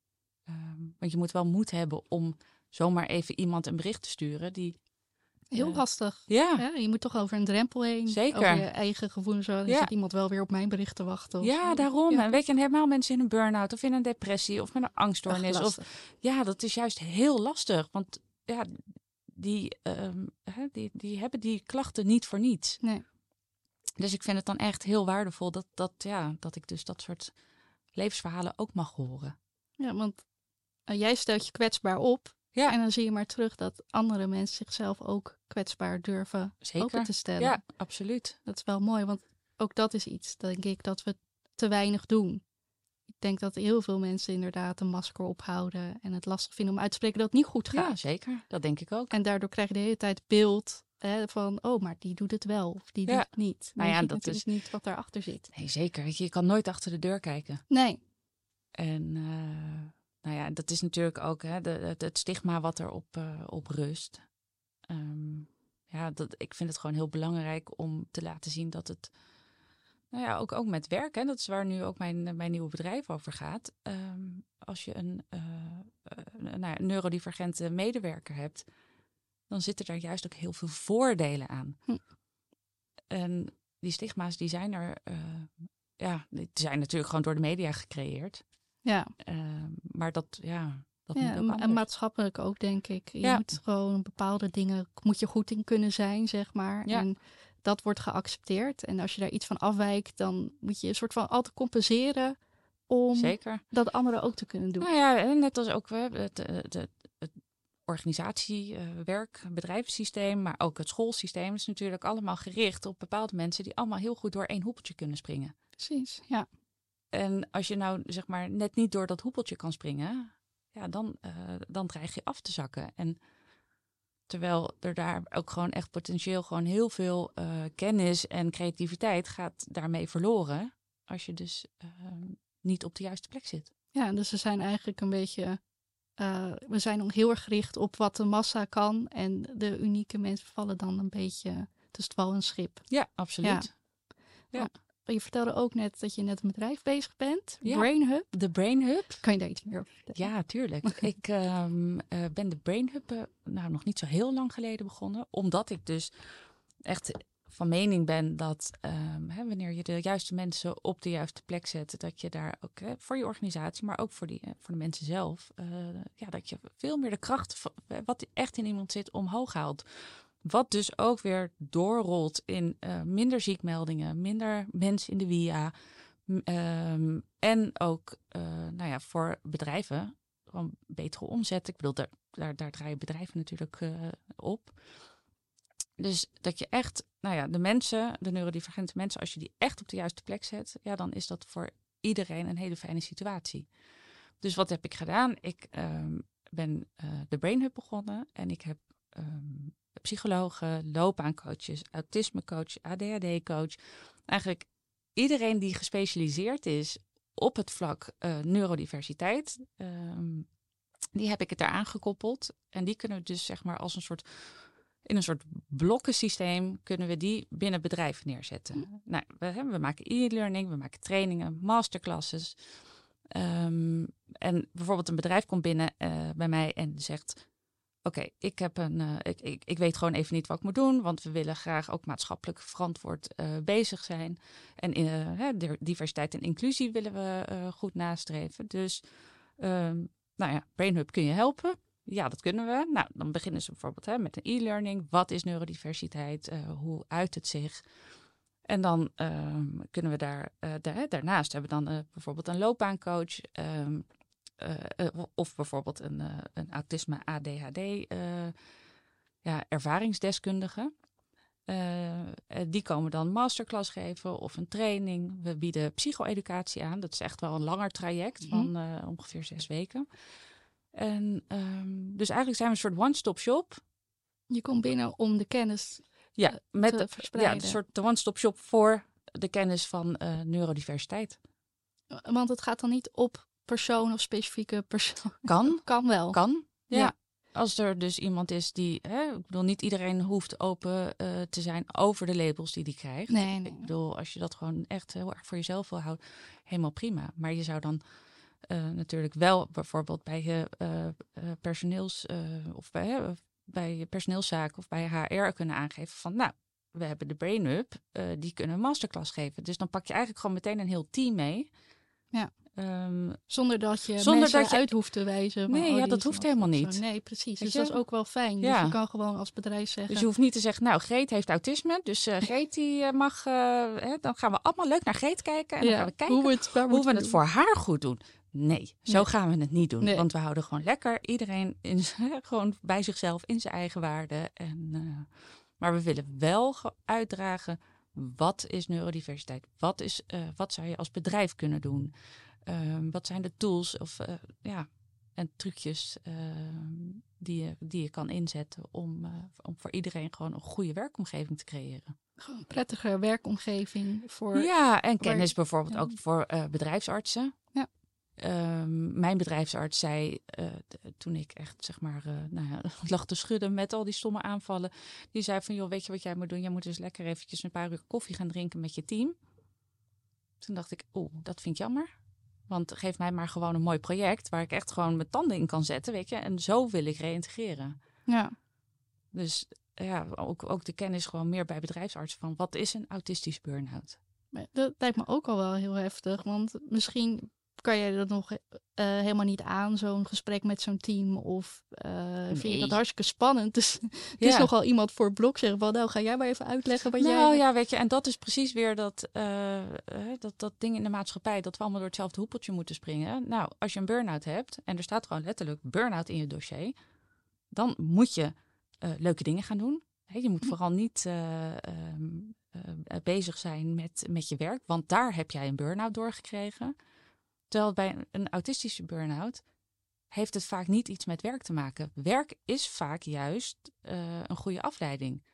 Um, want je moet wel moed hebben om zomaar even iemand een bericht te sturen die... Heel uh, lastig. Ja. ja. Je moet toch over een drempel heen. Zeker. Over je eigen gevoelens. Dan ja. zit iemand wel weer op mijn bericht te wachten. Of ja, zo. daarom. Ja. En weet je, en helemaal mensen in een burn-out of in een depressie of met een angststoornis. Ach, of ja, dat is juist heel lastig. Want ja, die, um, die, die hebben die klachten niet voor niets. Nee. Dus ik vind het dan echt heel waardevol dat, dat, ja, dat ik dus dat soort levensverhalen ook mag horen. Ja, want uh, jij stelt je kwetsbaar op. Ja. En dan zie je maar terug dat andere mensen zichzelf ook kwetsbaar durven Zeker. open te stellen. Ja, absoluut. Dat is wel mooi, want ook dat is iets, denk ik, dat we te weinig doen. Ik denk dat heel veel mensen inderdaad een masker ophouden en het lastig vinden om uit te spreken dat het niet goed gaat. Ja, zeker. Dat denk ik ook. En daardoor krijg je de hele tijd beeld hè, van, oh, maar die doet het wel of die ja. doet het niet. Maar nou ja, je ziet dat natuurlijk is niet wat daarachter zit. Nee, zeker. Je kan nooit achter de deur kijken. Nee. En... Uh... Nou ja, dat is natuurlijk ook hè, de, het, het stigma wat erop uh, op rust. Um, ja, dat, ik vind het gewoon heel belangrijk om te laten zien dat het... Nou ja, ook, ook met werk. Hè, dat is waar nu ook mijn, mijn nieuwe bedrijf over gaat. Um, als je een, uh, uh, nou ja, neurodivergente medewerker hebt, dan zitten daar juist ook heel veel voordelen aan. Hm. En die stigma's die zijn er, uh, ja, die zijn natuurlijk gewoon door de media gecreëerd. Ja. Uh, maar dat, ja, dat ja, moet ook anders. En maatschappelijk ook, denk ik. Je ja. moet gewoon bepaalde dingen, moet je goed in kunnen zijn, zeg maar. Ja. En dat wordt geaccepteerd. En als je daar iets van afwijkt, dan moet je een soort van altijd compenseren om Zeker. dat anderen ook te kunnen doen. Nou ja, net als ook het, het, het, het organisatie, uh, werk, bedrijfssysteem, maar ook het schoolsysteem is natuurlijk allemaal gericht op bepaalde mensen die allemaal heel goed door één hoepeltje kunnen springen. Precies, ja. En als je nou zeg maar net niet door dat hoepeltje kan springen, ja, dan, uh, dan dreig je af te zakken. En terwijl er daar ook gewoon echt potentieel gewoon heel veel uh, kennis en creativiteit gaat daarmee verloren. Als je dus uh, niet op de juiste plek zit. Ja, dus we zijn eigenlijk een beetje... Uh, we zijn nog heel erg gericht op wat de massa kan. En de unieke mensen vallen dan een beetje tussen het wal en schip. Ja, absoluut. Ja. Ja. Je vertelde ook net dat je net een bedrijf bezig bent. Ja, Brain Hub. De Brain Hub. Kan je daar iets meer over vertellen? Ja, tuurlijk. ik um, uh, ben de Brain Hub uh, nou, nog niet zo heel lang geleden begonnen. Omdat ik dus echt van mening ben dat um, hè, wanneer je de juiste mensen op de juiste plek zet, dat je daar ook hè, voor je organisatie, maar ook voor, die, voor de mensen zelf, uh, ja, dat je veel meer de kracht van, wat echt in iemand zit omhoog haalt. Wat dus ook weer doorrolt in uh, minder ziekmeldingen, minder mensen in de W I A. Um, en ook uh, nou ja, voor bedrijven gewoon betere omzet. Ik bedoel, daar, daar, daar draaien bedrijven natuurlijk uh, op. Dus dat je echt, nou ja, de mensen, de neurodivergente mensen, als je die echt op de juiste plek zet, ja, dan is dat voor iedereen een hele fijne situatie. Dus wat heb ik gedaan? Ik um, ben uh, de Brain Hub begonnen en ik heb um, psychologen, loopbaancoaches, autismecoach, A D H D-coach. Eigenlijk iedereen die gespecialiseerd is op het vlak uh, neurodiversiteit, um, die heb ik het eraan gekoppeld. En die kunnen we dus zeg maar als een soort, in een soort blokkensysteem kunnen we die binnen bedrijven neerzetten. Mm. Nou, we, we maken e-learning, we maken trainingen, masterclasses. Um, en bijvoorbeeld een bedrijf komt binnen uh, bij mij en zegt: Oké, okay, ik heb een, uh, ik, ik, ik weet gewoon even niet wat ik moet doen, want we willen graag ook maatschappelijk verantwoord uh, bezig zijn. En uh, hè, diversiteit en inclusie willen we uh, goed nastreven. Dus, um, nou ja, Brain Hub, kun je helpen? Ja, dat kunnen we. Nou, dan beginnen ze bijvoorbeeld hè, met een e-learning. Wat is neurodiversiteit? Uh, hoe uit het zich? En dan um, kunnen we daar, uh, da- daarnaast hebben we dan uh, bijvoorbeeld een loopbaancoach. Um, Uh, uh, of bijvoorbeeld een, uh, een autisme A D H D uh, ja, ervaringsdeskundige. Uh, uh, die komen dan masterclass geven of een training. We bieden psycho-educatie aan. Dat is echt wel een langer traject van uh, ongeveer zes weken. En, um, dus eigenlijk zijn we een soort one-stop shop. Je komt binnen om de kennis ja, te, met te de, verspreiden. Ja, een soort one-stop shop voor de kennis van uh, neurodiversiteit. Want het gaat dan niet op persoon of specifieke persoon. Kan. Kan wel. Kan, ja. ja. Als er dus iemand is die, hè, ik bedoel, niet iedereen hoeft open uh, te zijn over de labels die die krijgt. Nee, nee. Ik bedoel, als je dat gewoon echt heel erg voor jezelf wil houden, helemaal prima. Maar je zou dan uh, natuurlijk wel bijvoorbeeld bij je uh, uh, personeels uh, of bij, uh, bij je personeelszaken of bij H R kunnen aangeven van, nou, we hebben de Brain Hub, uh, die kunnen een masterclass geven. Dus dan pak je eigenlijk gewoon meteen een heel team mee. Ja. Um, zonder dat je zonder mensen dat je uit hoeft te wijzen. Nee, oh, ja, dat hoeft helemaal niet. Nee, precies. Weet dus je? dat is ook wel fijn. Ja. Dus je kan gewoon als bedrijf zeggen. Dus je hoeft niet te zeggen, nou, Greet heeft autisme. Dus uh, Greet die uh, mag, uh, hè, dan gaan we allemaal leuk naar Greet kijken. En ja, dan gaan we kijken hoe we het, hoe we, we het voor haar goed doen. Nee, zo nee. gaan we het niet doen. Nee. Want we houden gewoon lekker iedereen in, gewoon bij zichzelf in zijn eigen waarde. En, uh, maar we willen wel uitdragen, wat is neurodiversiteit? Wat, is, uh, wat zou je als bedrijf kunnen doen? Um, wat zijn de tools of uh, ja, en trucjes uh, die, je, die je kan inzetten om, uh, om voor iedereen gewoon een goede werkomgeving te creëren? Gewoon een prettige werkomgeving voor. Ja, en kennis waar, bijvoorbeeld ja. ook voor uh, bedrijfsartsen. Ja. Um, mijn bedrijfsarts zei, uh, d- toen ik echt, zeg maar, uh, nou ja, lag te schudden met al die stomme aanvallen. Die zei van, joh, weet je wat jij moet doen? Jij moet dus lekker eventjes een paar uur koffie gaan drinken met je team. Toen dacht ik, oeh, dat vind ik jammer. Want geef mij maar gewoon een mooi project waar ik echt gewoon mijn tanden in kan zetten, weet je. En zo wil ik reïntegreren. Ja. Dus ja, ook, ook de kennis gewoon meer bij bedrijfsartsen van, wat is een autistisch burn-out? Maar dat lijkt me ook al wel heel heftig. Want misschien kan jij dat nog uh, helemaal niet aan, zo'n gesprek met zo'n team. Of uh, Nee. vind je dat hartstikke spannend. Dus het Ja. is nogal iemand voor het blok zeggen van, nou ga jij maar even uitleggen wat jij... Nou ja, weet je, en dat is precies weer dat, uh, uh, dat, dat ding in de maatschappij, dat we allemaal door hetzelfde hoepeltje moeten springen. Nou, als je een burn-out hebt, en er staat gewoon letterlijk burn-out in je dossier, dan moet je uh, leuke dingen gaan doen. He, je moet vooral niet uh, um, uh, bezig zijn met, met je werk, want daar heb jij een burn-out doorgekregen. Terwijl bij een, een autistische burn-out heeft het vaak niet iets met werk te maken. Werk is vaak juist uh, een goede afleiding.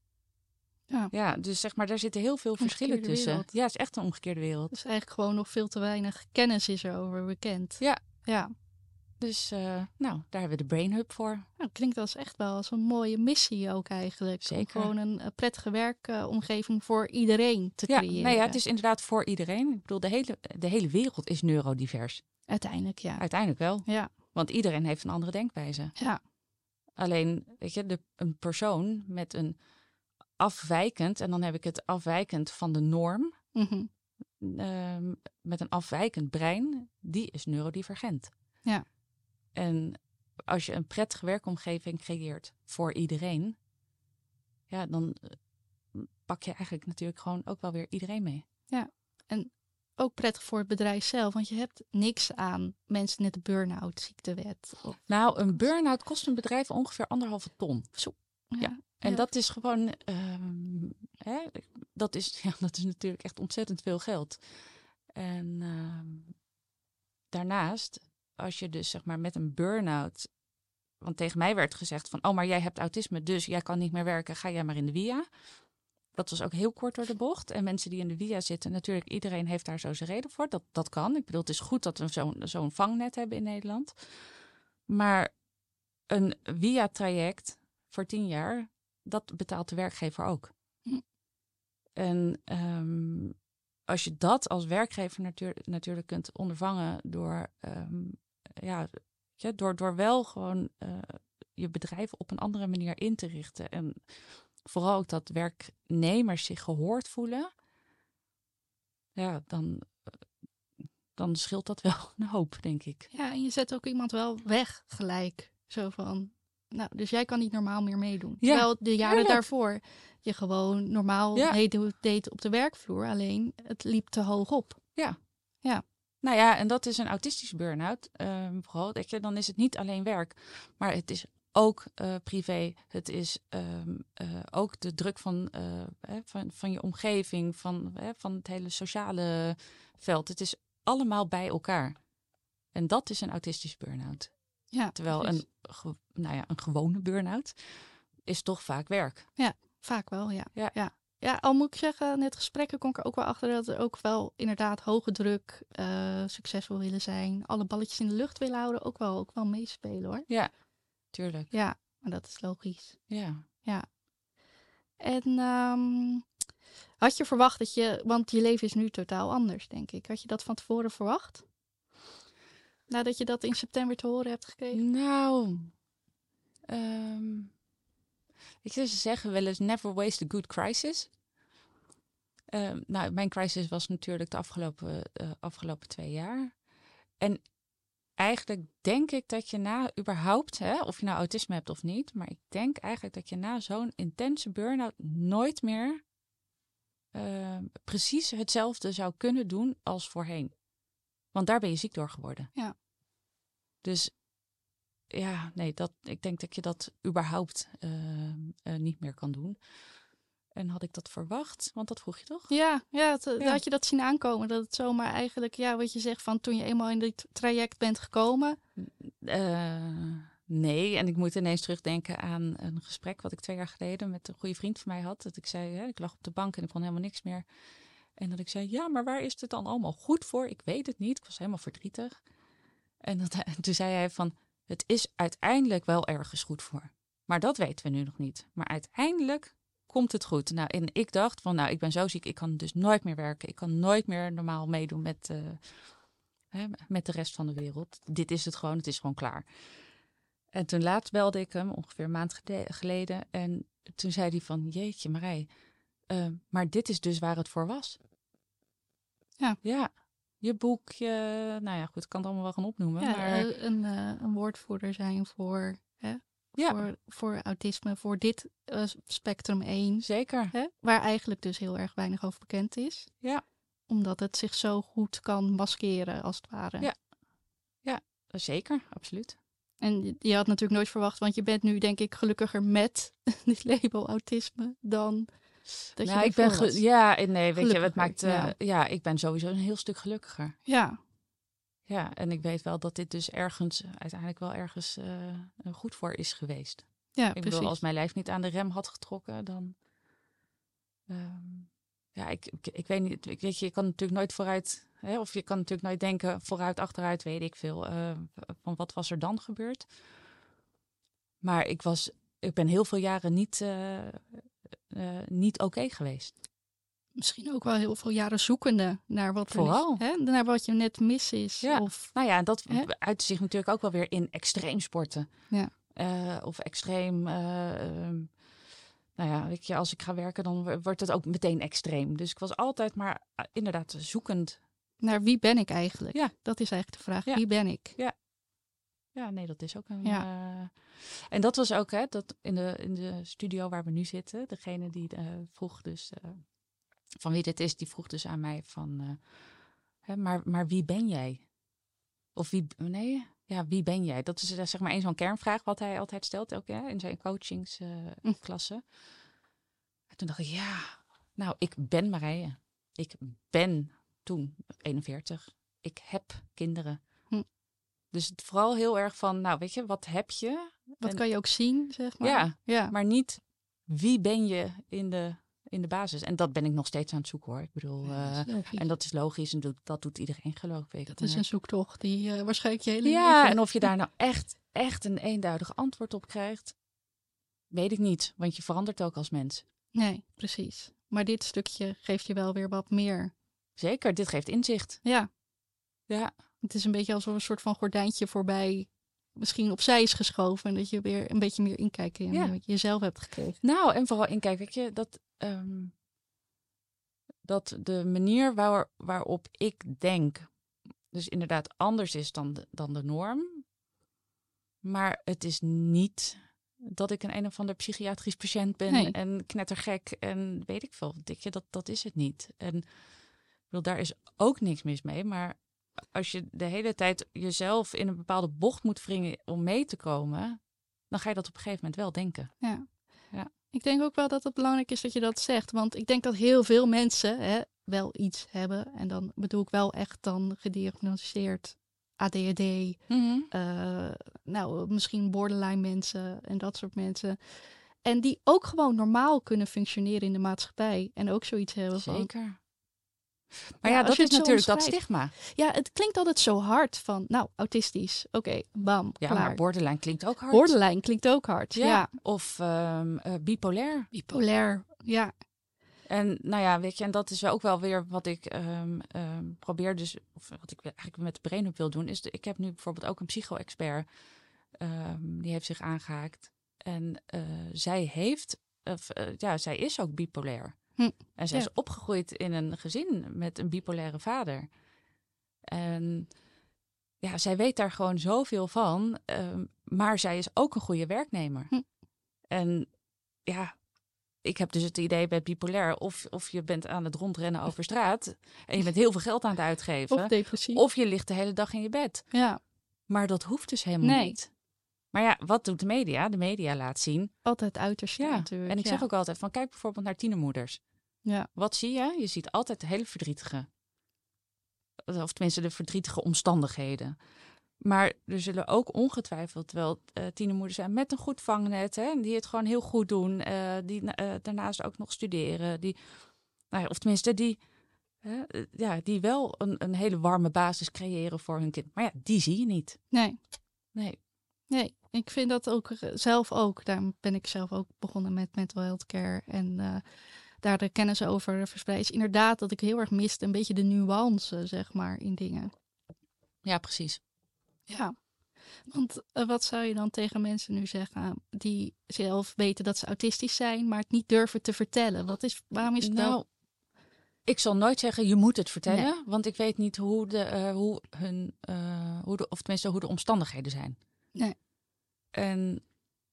Ja. ja, dus zeg maar, daar zitten heel veel verschillen tussen. Wereld. Ja, het is echt een omgekeerde wereld. Dus eigenlijk gewoon nog veel te weinig kennis is erover bekend. Ja. Ja. Dus, uh, nou, daar hebben we de Brain Hub voor. Nou, klinkt als echt wel als een mooie missie ook eigenlijk. Zeker. Om gewoon een uh, prettige werkomgeving uh, voor iedereen te ja, creëren. Nou ja, het is inderdaad voor iedereen. Ik bedoel, de hele, de hele wereld is neurodivers. Uiteindelijk, ja. Uiteindelijk wel. Ja. Want iedereen heeft een andere denkwijze. Ja. Alleen, weet je, de, een persoon met een afwijkend, en dan heb ik het afwijkend van de norm, Mm-hmm. uh, met een afwijkend brein, die is neurodivergent. Ja. En als je een prettige werkomgeving creëert voor iedereen, ja, dan pak je eigenlijk natuurlijk gewoon ook wel weer iedereen mee. Ja, en ook prettig voor het bedrijf zelf, want je hebt niks aan mensen met de burn-out ziektewet. Of... Nou, een burn-out kost een bedrijf ongeveer anderhalve ton. Zo. Ja. Ja. En ja. dat is gewoon, um, hè, dat, is, ja, dat is natuurlijk echt ontzettend veel geld. En um, daarnaast, als je dus zeg maar met een burn-out, want tegen mij werd gezegd van, oh, maar jij hebt autisme, dus jij kan niet meer werken, ga jij maar in de W I A. Dat was ook heel kort door de bocht. En mensen die in de W I A zitten, natuurlijk, iedereen heeft daar zo zijn reden voor. Dat, dat kan. Ik bedoel, het is goed dat we zo'n, zo'n vangnet hebben in Nederland. Maar een W I A-traject voor tien jaar, dat betaalt de werkgever ook. Hm. En um, als je dat als werkgever natuur, natuurlijk kunt ondervangen door, um, ja, ja, door, door wel gewoon uh, je bedrijf op een andere manier in te richten. En vooral ook dat werknemers zich gehoord voelen. Ja, dan, dan scheelt dat wel een hoop, denk ik. Ja, en je zet ook iemand wel weg gelijk. Zo van, nou, dus jij kan niet normaal meer meedoen. Ja, terwijl de jaren tuurlijk. daarvoor je gewoon normaal Ja. meedeed deed op de werkvloer. Alleen het liep te hoog op. Ja. Ja. Nou ja, en dat is een autistische burn-out. Um, vooral, dat je, dan is het niet alleen werk, maar het is ook uh, privé. Het is um, uh, ook de druk van, uh, hè, van, van je omgeving, van, hè, van het hele sociale veld. Het is allemaal bij elkaar. En dat is een autistische burn-out. Ja, Terwijl precies. een, ge, nou ja, een gewone burn-out is toch vaak werk. Ja, vaak wel, ja. Ja. ja. Ja, al moet ik zeggen, net gesprekken kom ik er ook wel achter dat er ook wel inderdaad hoge druk, uh, succesvol willen zijn, alle balletjes in de lucht willen houden, ook wel, ook wel meespelen hoor. Ja, tuurlijk. Ja, maar dat is logisch. Ja. Ja. En um, had je verwacht dat je, want je leven is nu totaal anders, denk ik. Had je dat van tevoren verwacht? Nadat je dat in september te horen hebt gekregen? Nou, um, ik zou zeggen wel eens never waste a good crisis. Um, nou, mijn crisis was natuurlijk de afgelopen, uh, afgelopen twee jaar. En eigenlijk denk ik dat je na überhaupt, hè, of je nou autisme hebt of niet, maar ik denk eigenlijk dat je na zo'n intense burn-out nooit meer uh, precies hetzelfde zou kunnen doen als voorheen. Want daar ben je ziek door geworden. Ja. Dus ja, nee, dat, ik denk dat je dat überhaupt uh, uh, niet meer kan doen. En had ik dat verwacht? Want dat vroeg je toch? Ja, ja, het, Ja. had je dat zien aankomen? Dat het zomaar eigenlijk, ja, wat je zegt van toen je eenmaal in dit traject bent gekomen. Uh, nee, en ik moet ineens terugdenken aan een gesprek wat ik twee jaar geleden met een goede vriend van mij had. Dat ik zei, hè, ik lag op de bank en ik kon helemaal niks meer. En dat ik zei, ja, maar waar is het dan allemaal goed voor? Ik weet het niet. Ik was helemaal verdrietig. En, dat, en toen zei hij van, het is uiteindelijk wel ergens goed voor. Maar dat weten we nu nog niet. Maar uiteindelijk komt het goed. Nou, en ik dacht van, nou, ik ben zo ziek. Ik kan dus nooit meer werken. Ik kan nooit meer normaal meedoen met, uh, hè, met de rest van de wereld. Dit is het gewoon. Het is gewoon klaar. En toen laatst belde ik hem, ongeveer een maand geleden. En toen zei hij van, jeetje Marij, uh, maar dit is dus waar het voor was. Ja. Ja, je boekje, nou ja, goed, ik kan het allemaal wel gaan opnoemen. Ja, maar... uh, een, uh, een woordvoerder zijn voor, hè, ja. voor, voor autisme, voor dit uh, spectrum één. Zeker. Hè, waar eigenlijk dus heel erg weinig over bekend is. Ja. Omdat het zich zo goed kan maskeren, als het ware. Ja, ja zeker, absoluut. En je had natuurlijk nooit verwacht, want je bent nu denk ik gelukkiger met dit label autisme dan dat nou, je ik ben ge- ja, nee, weet je, het maakt, uh, ja. ja, ik ben sowieso een heel stuk gelukkiger. Ja. Ja, en ik weet wel dat dit dus ergens, uiteindelijk wel ergens uh, goed voor is geweest. Ja, ik precies. bedoel, als mijn lijf niet aan de rem had getrokken, dan, um, ja, ik, ik, ik weet niet, ik, weet je, je kan natuurlijk nooit vooruit, hè, of je kan natuurlijk nooit denken vooruit, achteruit, weet ik veel, uh, van wat was er dan gebeurd. Maar ik was, ik ben heel veel jaren niet, uh, uh, niet oké okay geweest. Misschien ook wel heel veel jaren zoekende naar wat, Vooral. Er is, hè? Naar wat je net mis is. Ja. Of, nou ja, dat hè? uit zich natuurlijk ook wel weer in extreem sporten. Ja. Uh, of extreem, uh, uh, nou ja, weet je, als ik ga werken, dan wordt het ook meteen extreem. Dus ik was altijd maar uh, inderdaad zoekend. Naar wie ben ik eigenlijk? Ja. Dat is eigenlijk de vraag. Ja. Wie ben ik? Ja. Ja, nee, dat is ook een... Ja. Uh, en dat was ook, hè, dat in de, in de studio waar we nu zitten, degene die uh, vroeg dus... Uh, van wie dit is, die vroeg dus aan mij van... Uh, hè, maar, maar wie ben jij? Of wie... Nee, ja, wie ben jij? Dat is uh, zeg maar één zo'n kernvraag wat hij altijd stelt, ook hè, in zijn coachingsklasse. Uh, hm. Toen dacht ik, ja, nou, ik ben Marije. Ik ben toen eenenveertig. Ik heb kinderen. Hm. Dus het vooral heel erg van, nou, weet je, wat heb je? Wat en, kan je ook zien, zeg maar. Ja, ja, maar niet wie ben je in de... in de basis. En dat ben ik nog steeds aan het zoeken, hoor. Ik bedoel, uh, ja, en dat is logisch en dat, dat doet iedereen, geloof ik. Dat maar... is een zoektocht die uh, waarschijnlijk je hele ja, leven... en of je daar nou echt, echt een eenduidig antwoord op krijgt, weet ik niet. Want je verandert ook als mens. Nee, precies. Maar dit stukje geeft je wel weer wat meer. Zeker, dit geeft inzicht. Ja. Ja. Het is een beetje alsof een soort van gordijntje voorbij... misschien opzij is geschoven en dat je weer een beetje meer inkijken in ja. wat je jezelf hebt gekregen. Nou, en vooral inkijk, weet je, dat, um, dat de manier waar, waarop ik denk, dus inderdaad anders is dan de, dan de norm. Maar het is niet dat ik een een of ander psychiatrisch patiënt ben nee. en knettergek en weet ik veel. Denk je, dat, dat is het niet. En ik bedoel, daar is ook niks mis mee, maar als je de hele tijd jezelf in een bepaalde bocht moet wringen om mee te komen, dan ga je dat op een gegeven moment wel denken. Ja. Ja. Ik denk ook wel dat het belangrijk is dat je dat zegt. Want ik denk dat heel veel mensen hè, wel iets hebben. En dan bedoel ik wel echt dan gediagnosticeerd A D H D. Mm-hmm. Uh, nou, misschien borderline mensen en dat soort mensen. En die ook gewoon normaal kunnen functioneren in de maatschappij. En ook zoiets hebben van... Zeker. Maar ja, ja dat is natuurlijk dat stigma. Ja, het klinkt altijd zo hard van, nou, autistisch. Oké, okay, bam, ja, klaar. Maar borderline klinkt ook hard. Borderline klinkt ook hard, ja. ja. Of um, uh, bipolair. Bipolair, ja. En nou ja, weet je, en dat is ook wel weer wat ik um, um, probeer dus, of wat ik eigenlijk met de BrainUp wil doen, is de, ik heb nu bijvoorbeeld ook een psycho-expert, um, die heeft zich aangehaakt. En uh, zij heeft, of, uh, ja, zij is ook bipolair. Hm. En zij ja. is opgegroeid in een gezin met een bipolaire vader. En ja, zij weet daar gewoon zoveel van. Um, maar zij is ook een goede werknemer. Hm. En ja, ik heb dus het idee bij bipolair... Of, of je bent aan het rondrennen over straat... en je bent heel veel geld aan het uitgeven. Of depressief. Of je ligt de hele dag in je bed. Ja. Maar dat hoeft dus helemaal nee. niet. Maar ja, wat doet de media? De media laat zien. Altijd uiterste ja. natuurlijk. En ik ja. zeg ook altijd van kijk bijvoorbeeld naar tienermoeders. Ja. Wat zie je? Je ziet altijd de hele verdrietige. Of tenminste de verdrietige omstandigheden. Maar er zullen ook ongetwijfeld wel uh, tienermoeders zijn met een goed vangnet. Hè, die het gewoon heel goed doen. Uh, die uh, daarnaast ook nog studeren. Die, nou ja, of tenminste die Hè, uh, ja, die wel een, een hele warme basis creëren voor hun kind. Maar ja, die zie je niet. Nee. Nee. Nee, ik vind dat ook uh, zelf ook. Daarom ben ik zelf ook begonnen met mental health care. En uh, daar de kennis over verspreid. Is inderdaad dat ik heel erg miste een beetje de nuance, zeg maar, in dingen. Ja, precies. Ja. Want uh, wat zou je dan tegen mensen nu zeggen die zelf weten dat ze autistisch zijn, maar het niet durven te vertellen? Wat is, waarom is het nou, wel... Ik zal nooit zeggen, je moet het vertellen. Nee. Want ik weet niet hoe de, uh, hoe hun, uh, hoe de, of tenminste hoe de omstandigheden zijn. Nee. En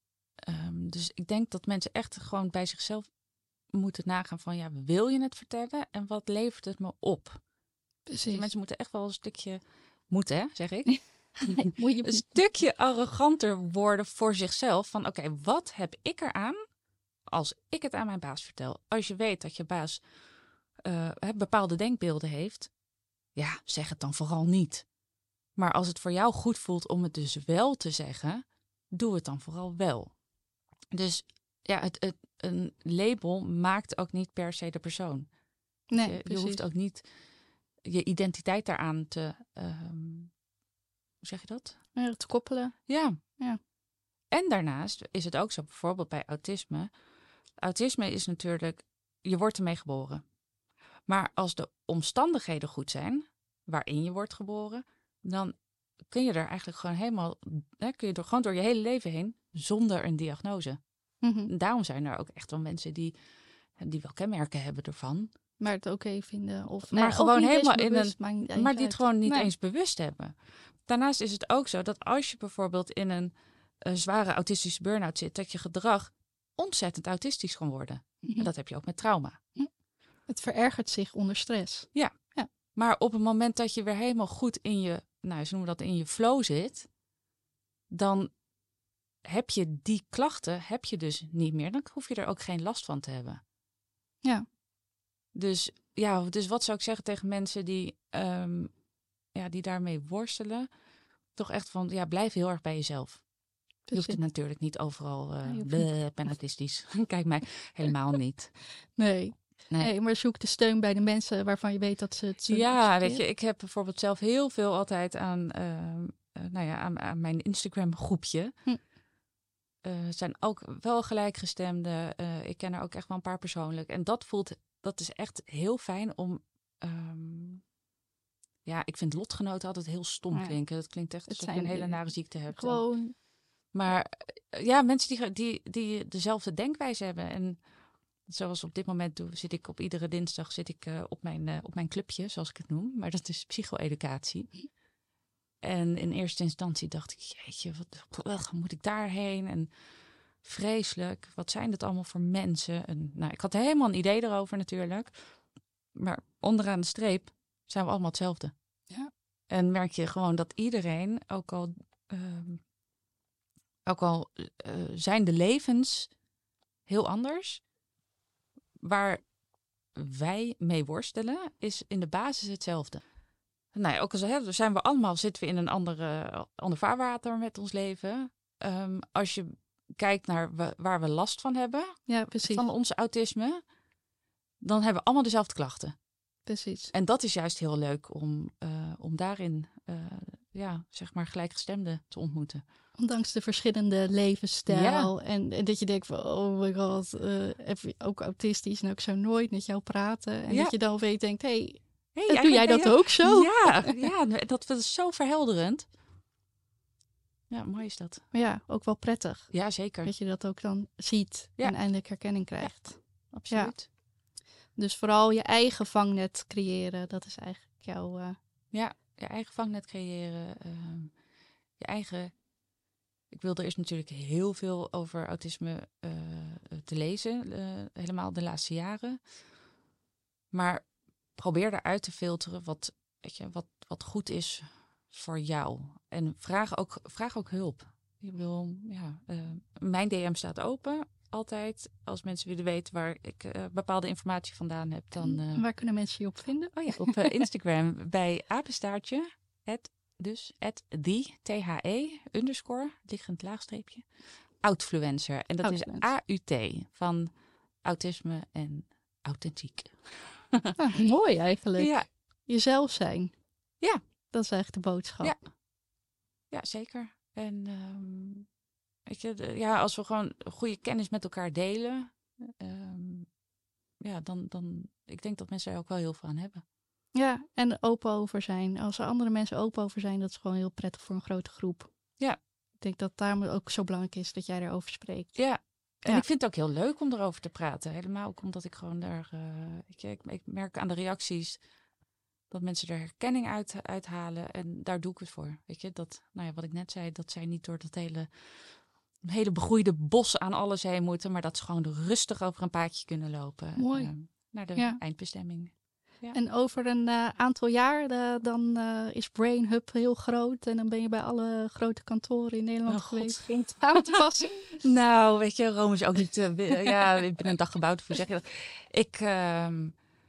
um, dus ik denk dat mensen echt gewoon bij zichzelf moeten nagaan van, ja, wil je het vertellen? En wat levert het me op? Precies. Dus mensen moeten echt wel een stukje, moeten hè, zeg ik. Moet je... Een stukje arroganter worden voor zichzelf. Van oké, okay, wat heb ik eraan als ik het aan mijn baas vertel? Als je weet dat je baas uh, bepaalde denkbeelden heeft, ja, zeg het dan vooral niet. Maar als het voor jou goed voelt om het dus wel te zeggen, doe het dan vooral wel. Dus ja, het, het, een label maakt ook niet per se de persoon. Nee, je, je hoeft ook niet je identiteit daaraan te... Um, hoe zeg je dat? Ja, te koppelen. Ja. ja. En daarnaast is het ook zo, bijvoorbeeld bij autisme. Autisme is natuurlijk, je wordt ermee geboren. Maar als de omstandigheden goed zijn, waarin je wordt geboren, dan kun je er eigenlijk gewoon helemaal, hè, kun je er gewoon door je hele leven heen zonder een diagnose. Mm-hmm. Daarom zijn er ook echt wel mensen die, die wel kenmerken hebben ervan. Maar het oké okay vinden. Of, maar nee, gewoon of helemaal bewust, in een. Maar, maar die het gewoon niet nee. eens bewust hebben. Daarnaast is het ook zo dat als je bijvoorbeeld in een uh, zware autistische burn-out zit, dat je gedrag ontzettend autistisch kan worden. Mm-hmm. En dat heb je ook met trauma. Het verergert zich onder stress. Ja. ja. Maar op het moment dat je weer helemaal goed in je, nou, ze noemen dat in je flow zit, dan heb je die klachten, heb je dus niet meer. Dan hoef je er ook geen last van te hebben. Ja. Dus ja, dus wat zou ik zeggen tegen mensen die, um, ja, die daarmee worstelen? Toch echt van, ja, blijf heel erg bij jezelf. Je hoeft het natuurlijk niet overal, uh, ja, bleh, ben autistisch. Kijk mij, helemaal niet. Nee. Nee. nee, maar zoek de steun bij de mensen waarvan je weet dat ze het zullen Ja, accepteren. weet je, ik heb bijvoorbeeld zelf heel veel altijd aan, uh, uh, nou ja, aan, aan mijn Instagram groepje. Hm. Uh, zijn ook wel gelijkgestemden. Uh, ik ken er ook echt wel een paar persoonlijk. En dat voelt, dat is echt heel fijn om... Um, ja, ik vind lotgenoten altijd heel stom ja. klinken. Dat klinkt echt alsof je een hele nare ziekte hebt. Gewoon... Maar ja, mensen die, die, die dezelfde denkwijze hebben. En zoals op dit moment doe, zit ik op iedere dinsdag zit ik, uh, op, mijn, uh, op mijn clubje, zoals ik het noem. Maar dat is psycho-educatie. En in eerste instantie dacht ik, jeetje, wat, wat moet ik daarheen? En vreselijk, wat zijn dat allemaal voor mensen? En, nou, ik had helemaal een idee erover natuurlijk. Maar onderaan de streep zijn we allemaal hetzelfde. Ja. En merk je gewoon dat iedereen, ook al, uh, ook al uh, zijn de levens heel anders, waar wij mee worstelen, is in de basis hetzelfde. Nou ja, ook al hè, zijn we allemaal, zitten we in een andere, ander vaarwater met ons leven. Um, als je kijkt naar we, waar we last van hebben, ja, precies. van ons autisme, dan hebben we allemaal dezelfde klachten. Precies. En dat is juist heel leuk om, uh, om daarin, uh, ja, zeg maar, gelijkgestemden te ontmoeten. Ondanks de verschillende levensstijl. Ja. En, en dat je denkt van, oh my god, uh, heb je ook autistisch en ik zou nooit met jou praten. En ja. dat je dan weet denkt, hé, hey, hey, doe jij dat ja, ook zo? Ja, ja, dat is zo verhelderend. Ja, mooi is dat. Maar ja, ook wel prettig. Ja, zeker. Dat je dat ook dan ziet ja. en eindelijk herkenning krijgt. Ja, absoluut. Ja. Dus vooral je eigen vangnet creëren, dat is eigenlijk jouw... Uh... Ja, je eigen vangnet creëren. Uh, je eigen... Ik wil er is natuurlijk heel veel over autisme uh, te lezen, uh, helemaal de laatste jaren. Maar probeer eruit te filteren wat, weet je, wat, wat goed is voor jou. En vraag ook, vraag ook hulp. Ik bedoel, ja, uh, mijn D M staat open. Altijd, als mensen willen weten waar ik uh, bepaalde informatie vandaan heb, dan... Uh... Waar kunnen mensen je op vinden? Oh ja, op uh, Instagram bij apenstaartje, het, dus at the, T H E, underscore, liggend laagstreepje, Outfluencer. En dat Outfluencer. Is A U T, van autisme en authentiek. Nou, mooi eigenlijk. Ja. Jezelf zijn. Ja. Dat is eigenlijk de boodschap. Ja, ja zeker. En um, weet je, de, ja, als we gewoon goede kennis met elkaar delen, um, ja, dan, dan, ik denk dat mensen er ook wel heel veel aan hebben. Ja, en open over zijn. Als er andere mensen open over zijn, dat is gewoon heel prettig voor een grote groep. Ja. Ik denk dat daarom ook zo belangrijk is dat jij erover spreekt. Ja. En ja. ik vind het ook heel leuk om erover te praten. Helemaal ook omdat ik gewoon daar, uh, weet je, ik, ik merk aan de reacties dat mensen er herkenning uit uithalen. En daar doe ik het voor. Weet je, dat, nou ja, wat ik net zei, dat zij niet door dat hele, hele begroeide bos aan alles heen moeten. Maar dat ze gewoon rustig over een paadje kunnen lopen. Mooi. Uh, naar de ja. eindbestemming. Ja. En over een uh, aantal jaar, uh, dan uh, is Brain Hub heel groot. En dan ben je bij alle grote kantoren in Nederland oh, geweest. Ging het aan te passen. Nou, weet je, Rome is ook niet... Uh, ja, binnen een dag gebouwd. Hoe zeg je dat? Ik... Uh,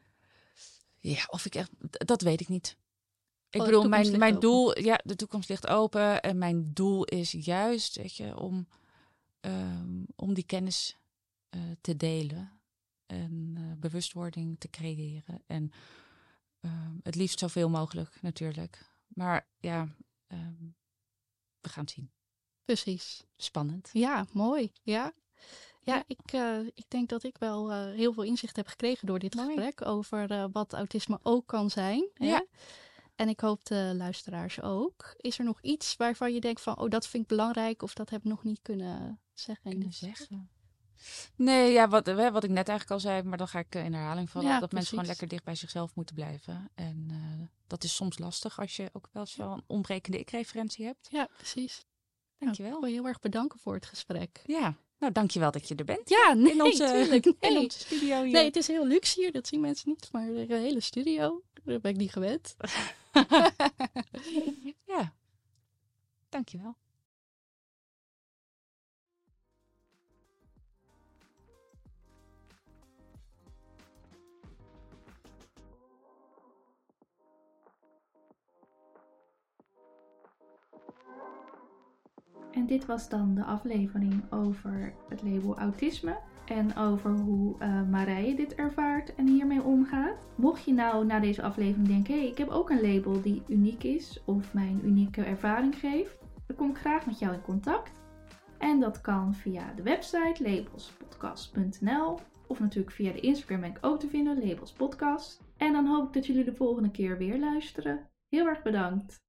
ja, of ik echt... Dat weet ik niet. Ik oh, bedoel, mijn, mijn open. doel... Ja, de toekomst ligt open. En mijn doel is juist, weet je, om, um, om die kennis uh, te delen. En uh, bewustwording te creëren. En uh, het liefst zoveel mogelijk natuurlijk. Maar ja, um, we gaan het zien. Precies. Spannend. Ja, mooi. Ja, ja ik, uh, ik denk dat ik wel uh, heel veel inzicht heb gekregen door dit mooi. gesprek. Over uh, wat autisme ook kan zijn. Ja. Hè? En ik hoop de luisteraars ook. Is er nog iets waarvan je denkt van, oh, dat vind ik belangrijk. Of dat heb ik nog niet kunnen zeggen. Kunnen zeggen. Nee, ja, wat, wat ik net eigenlijk al zei, maar dan ga ik in herhaling vallen. Ja, dat precies. mensen gewoon lekker dicht bij zichzelf moeten blijven. En uh, dat is soms lastig als je ook wel eens wel een ontbrekende ik-referentie hebt. Ja, precies. Dankjewel. Nou, ik wil je heel erg bedanken voor het gesprek. Ja, nou dankjewel dat je er bent. Ja, nee, in onze, tuurlijk, nee. in onze studio hier. Nee, het is heel luxe hier, dat zien mensen niet. Maar een hele studio, daar ben ik niet gewend. Ja, dankjewel. En dit was dan de aflevering over het label autisme en over hoe uh, Marije dit ervaart en hiermee omgaat. Mocht je nou na deze aflevering denken, hé, hey, ik heb ook een label die uniek is of mij een unieke ervaring geeft, dan kom ik graag met jou in contact. En dat kan via de website labelspodcast punt n l of natuurlijk via de Instagram ben ik ook te vinden, labelspodcast. En dan hoop ik dat jullie de volgende keer weer luisteren. Heel erg bedankt!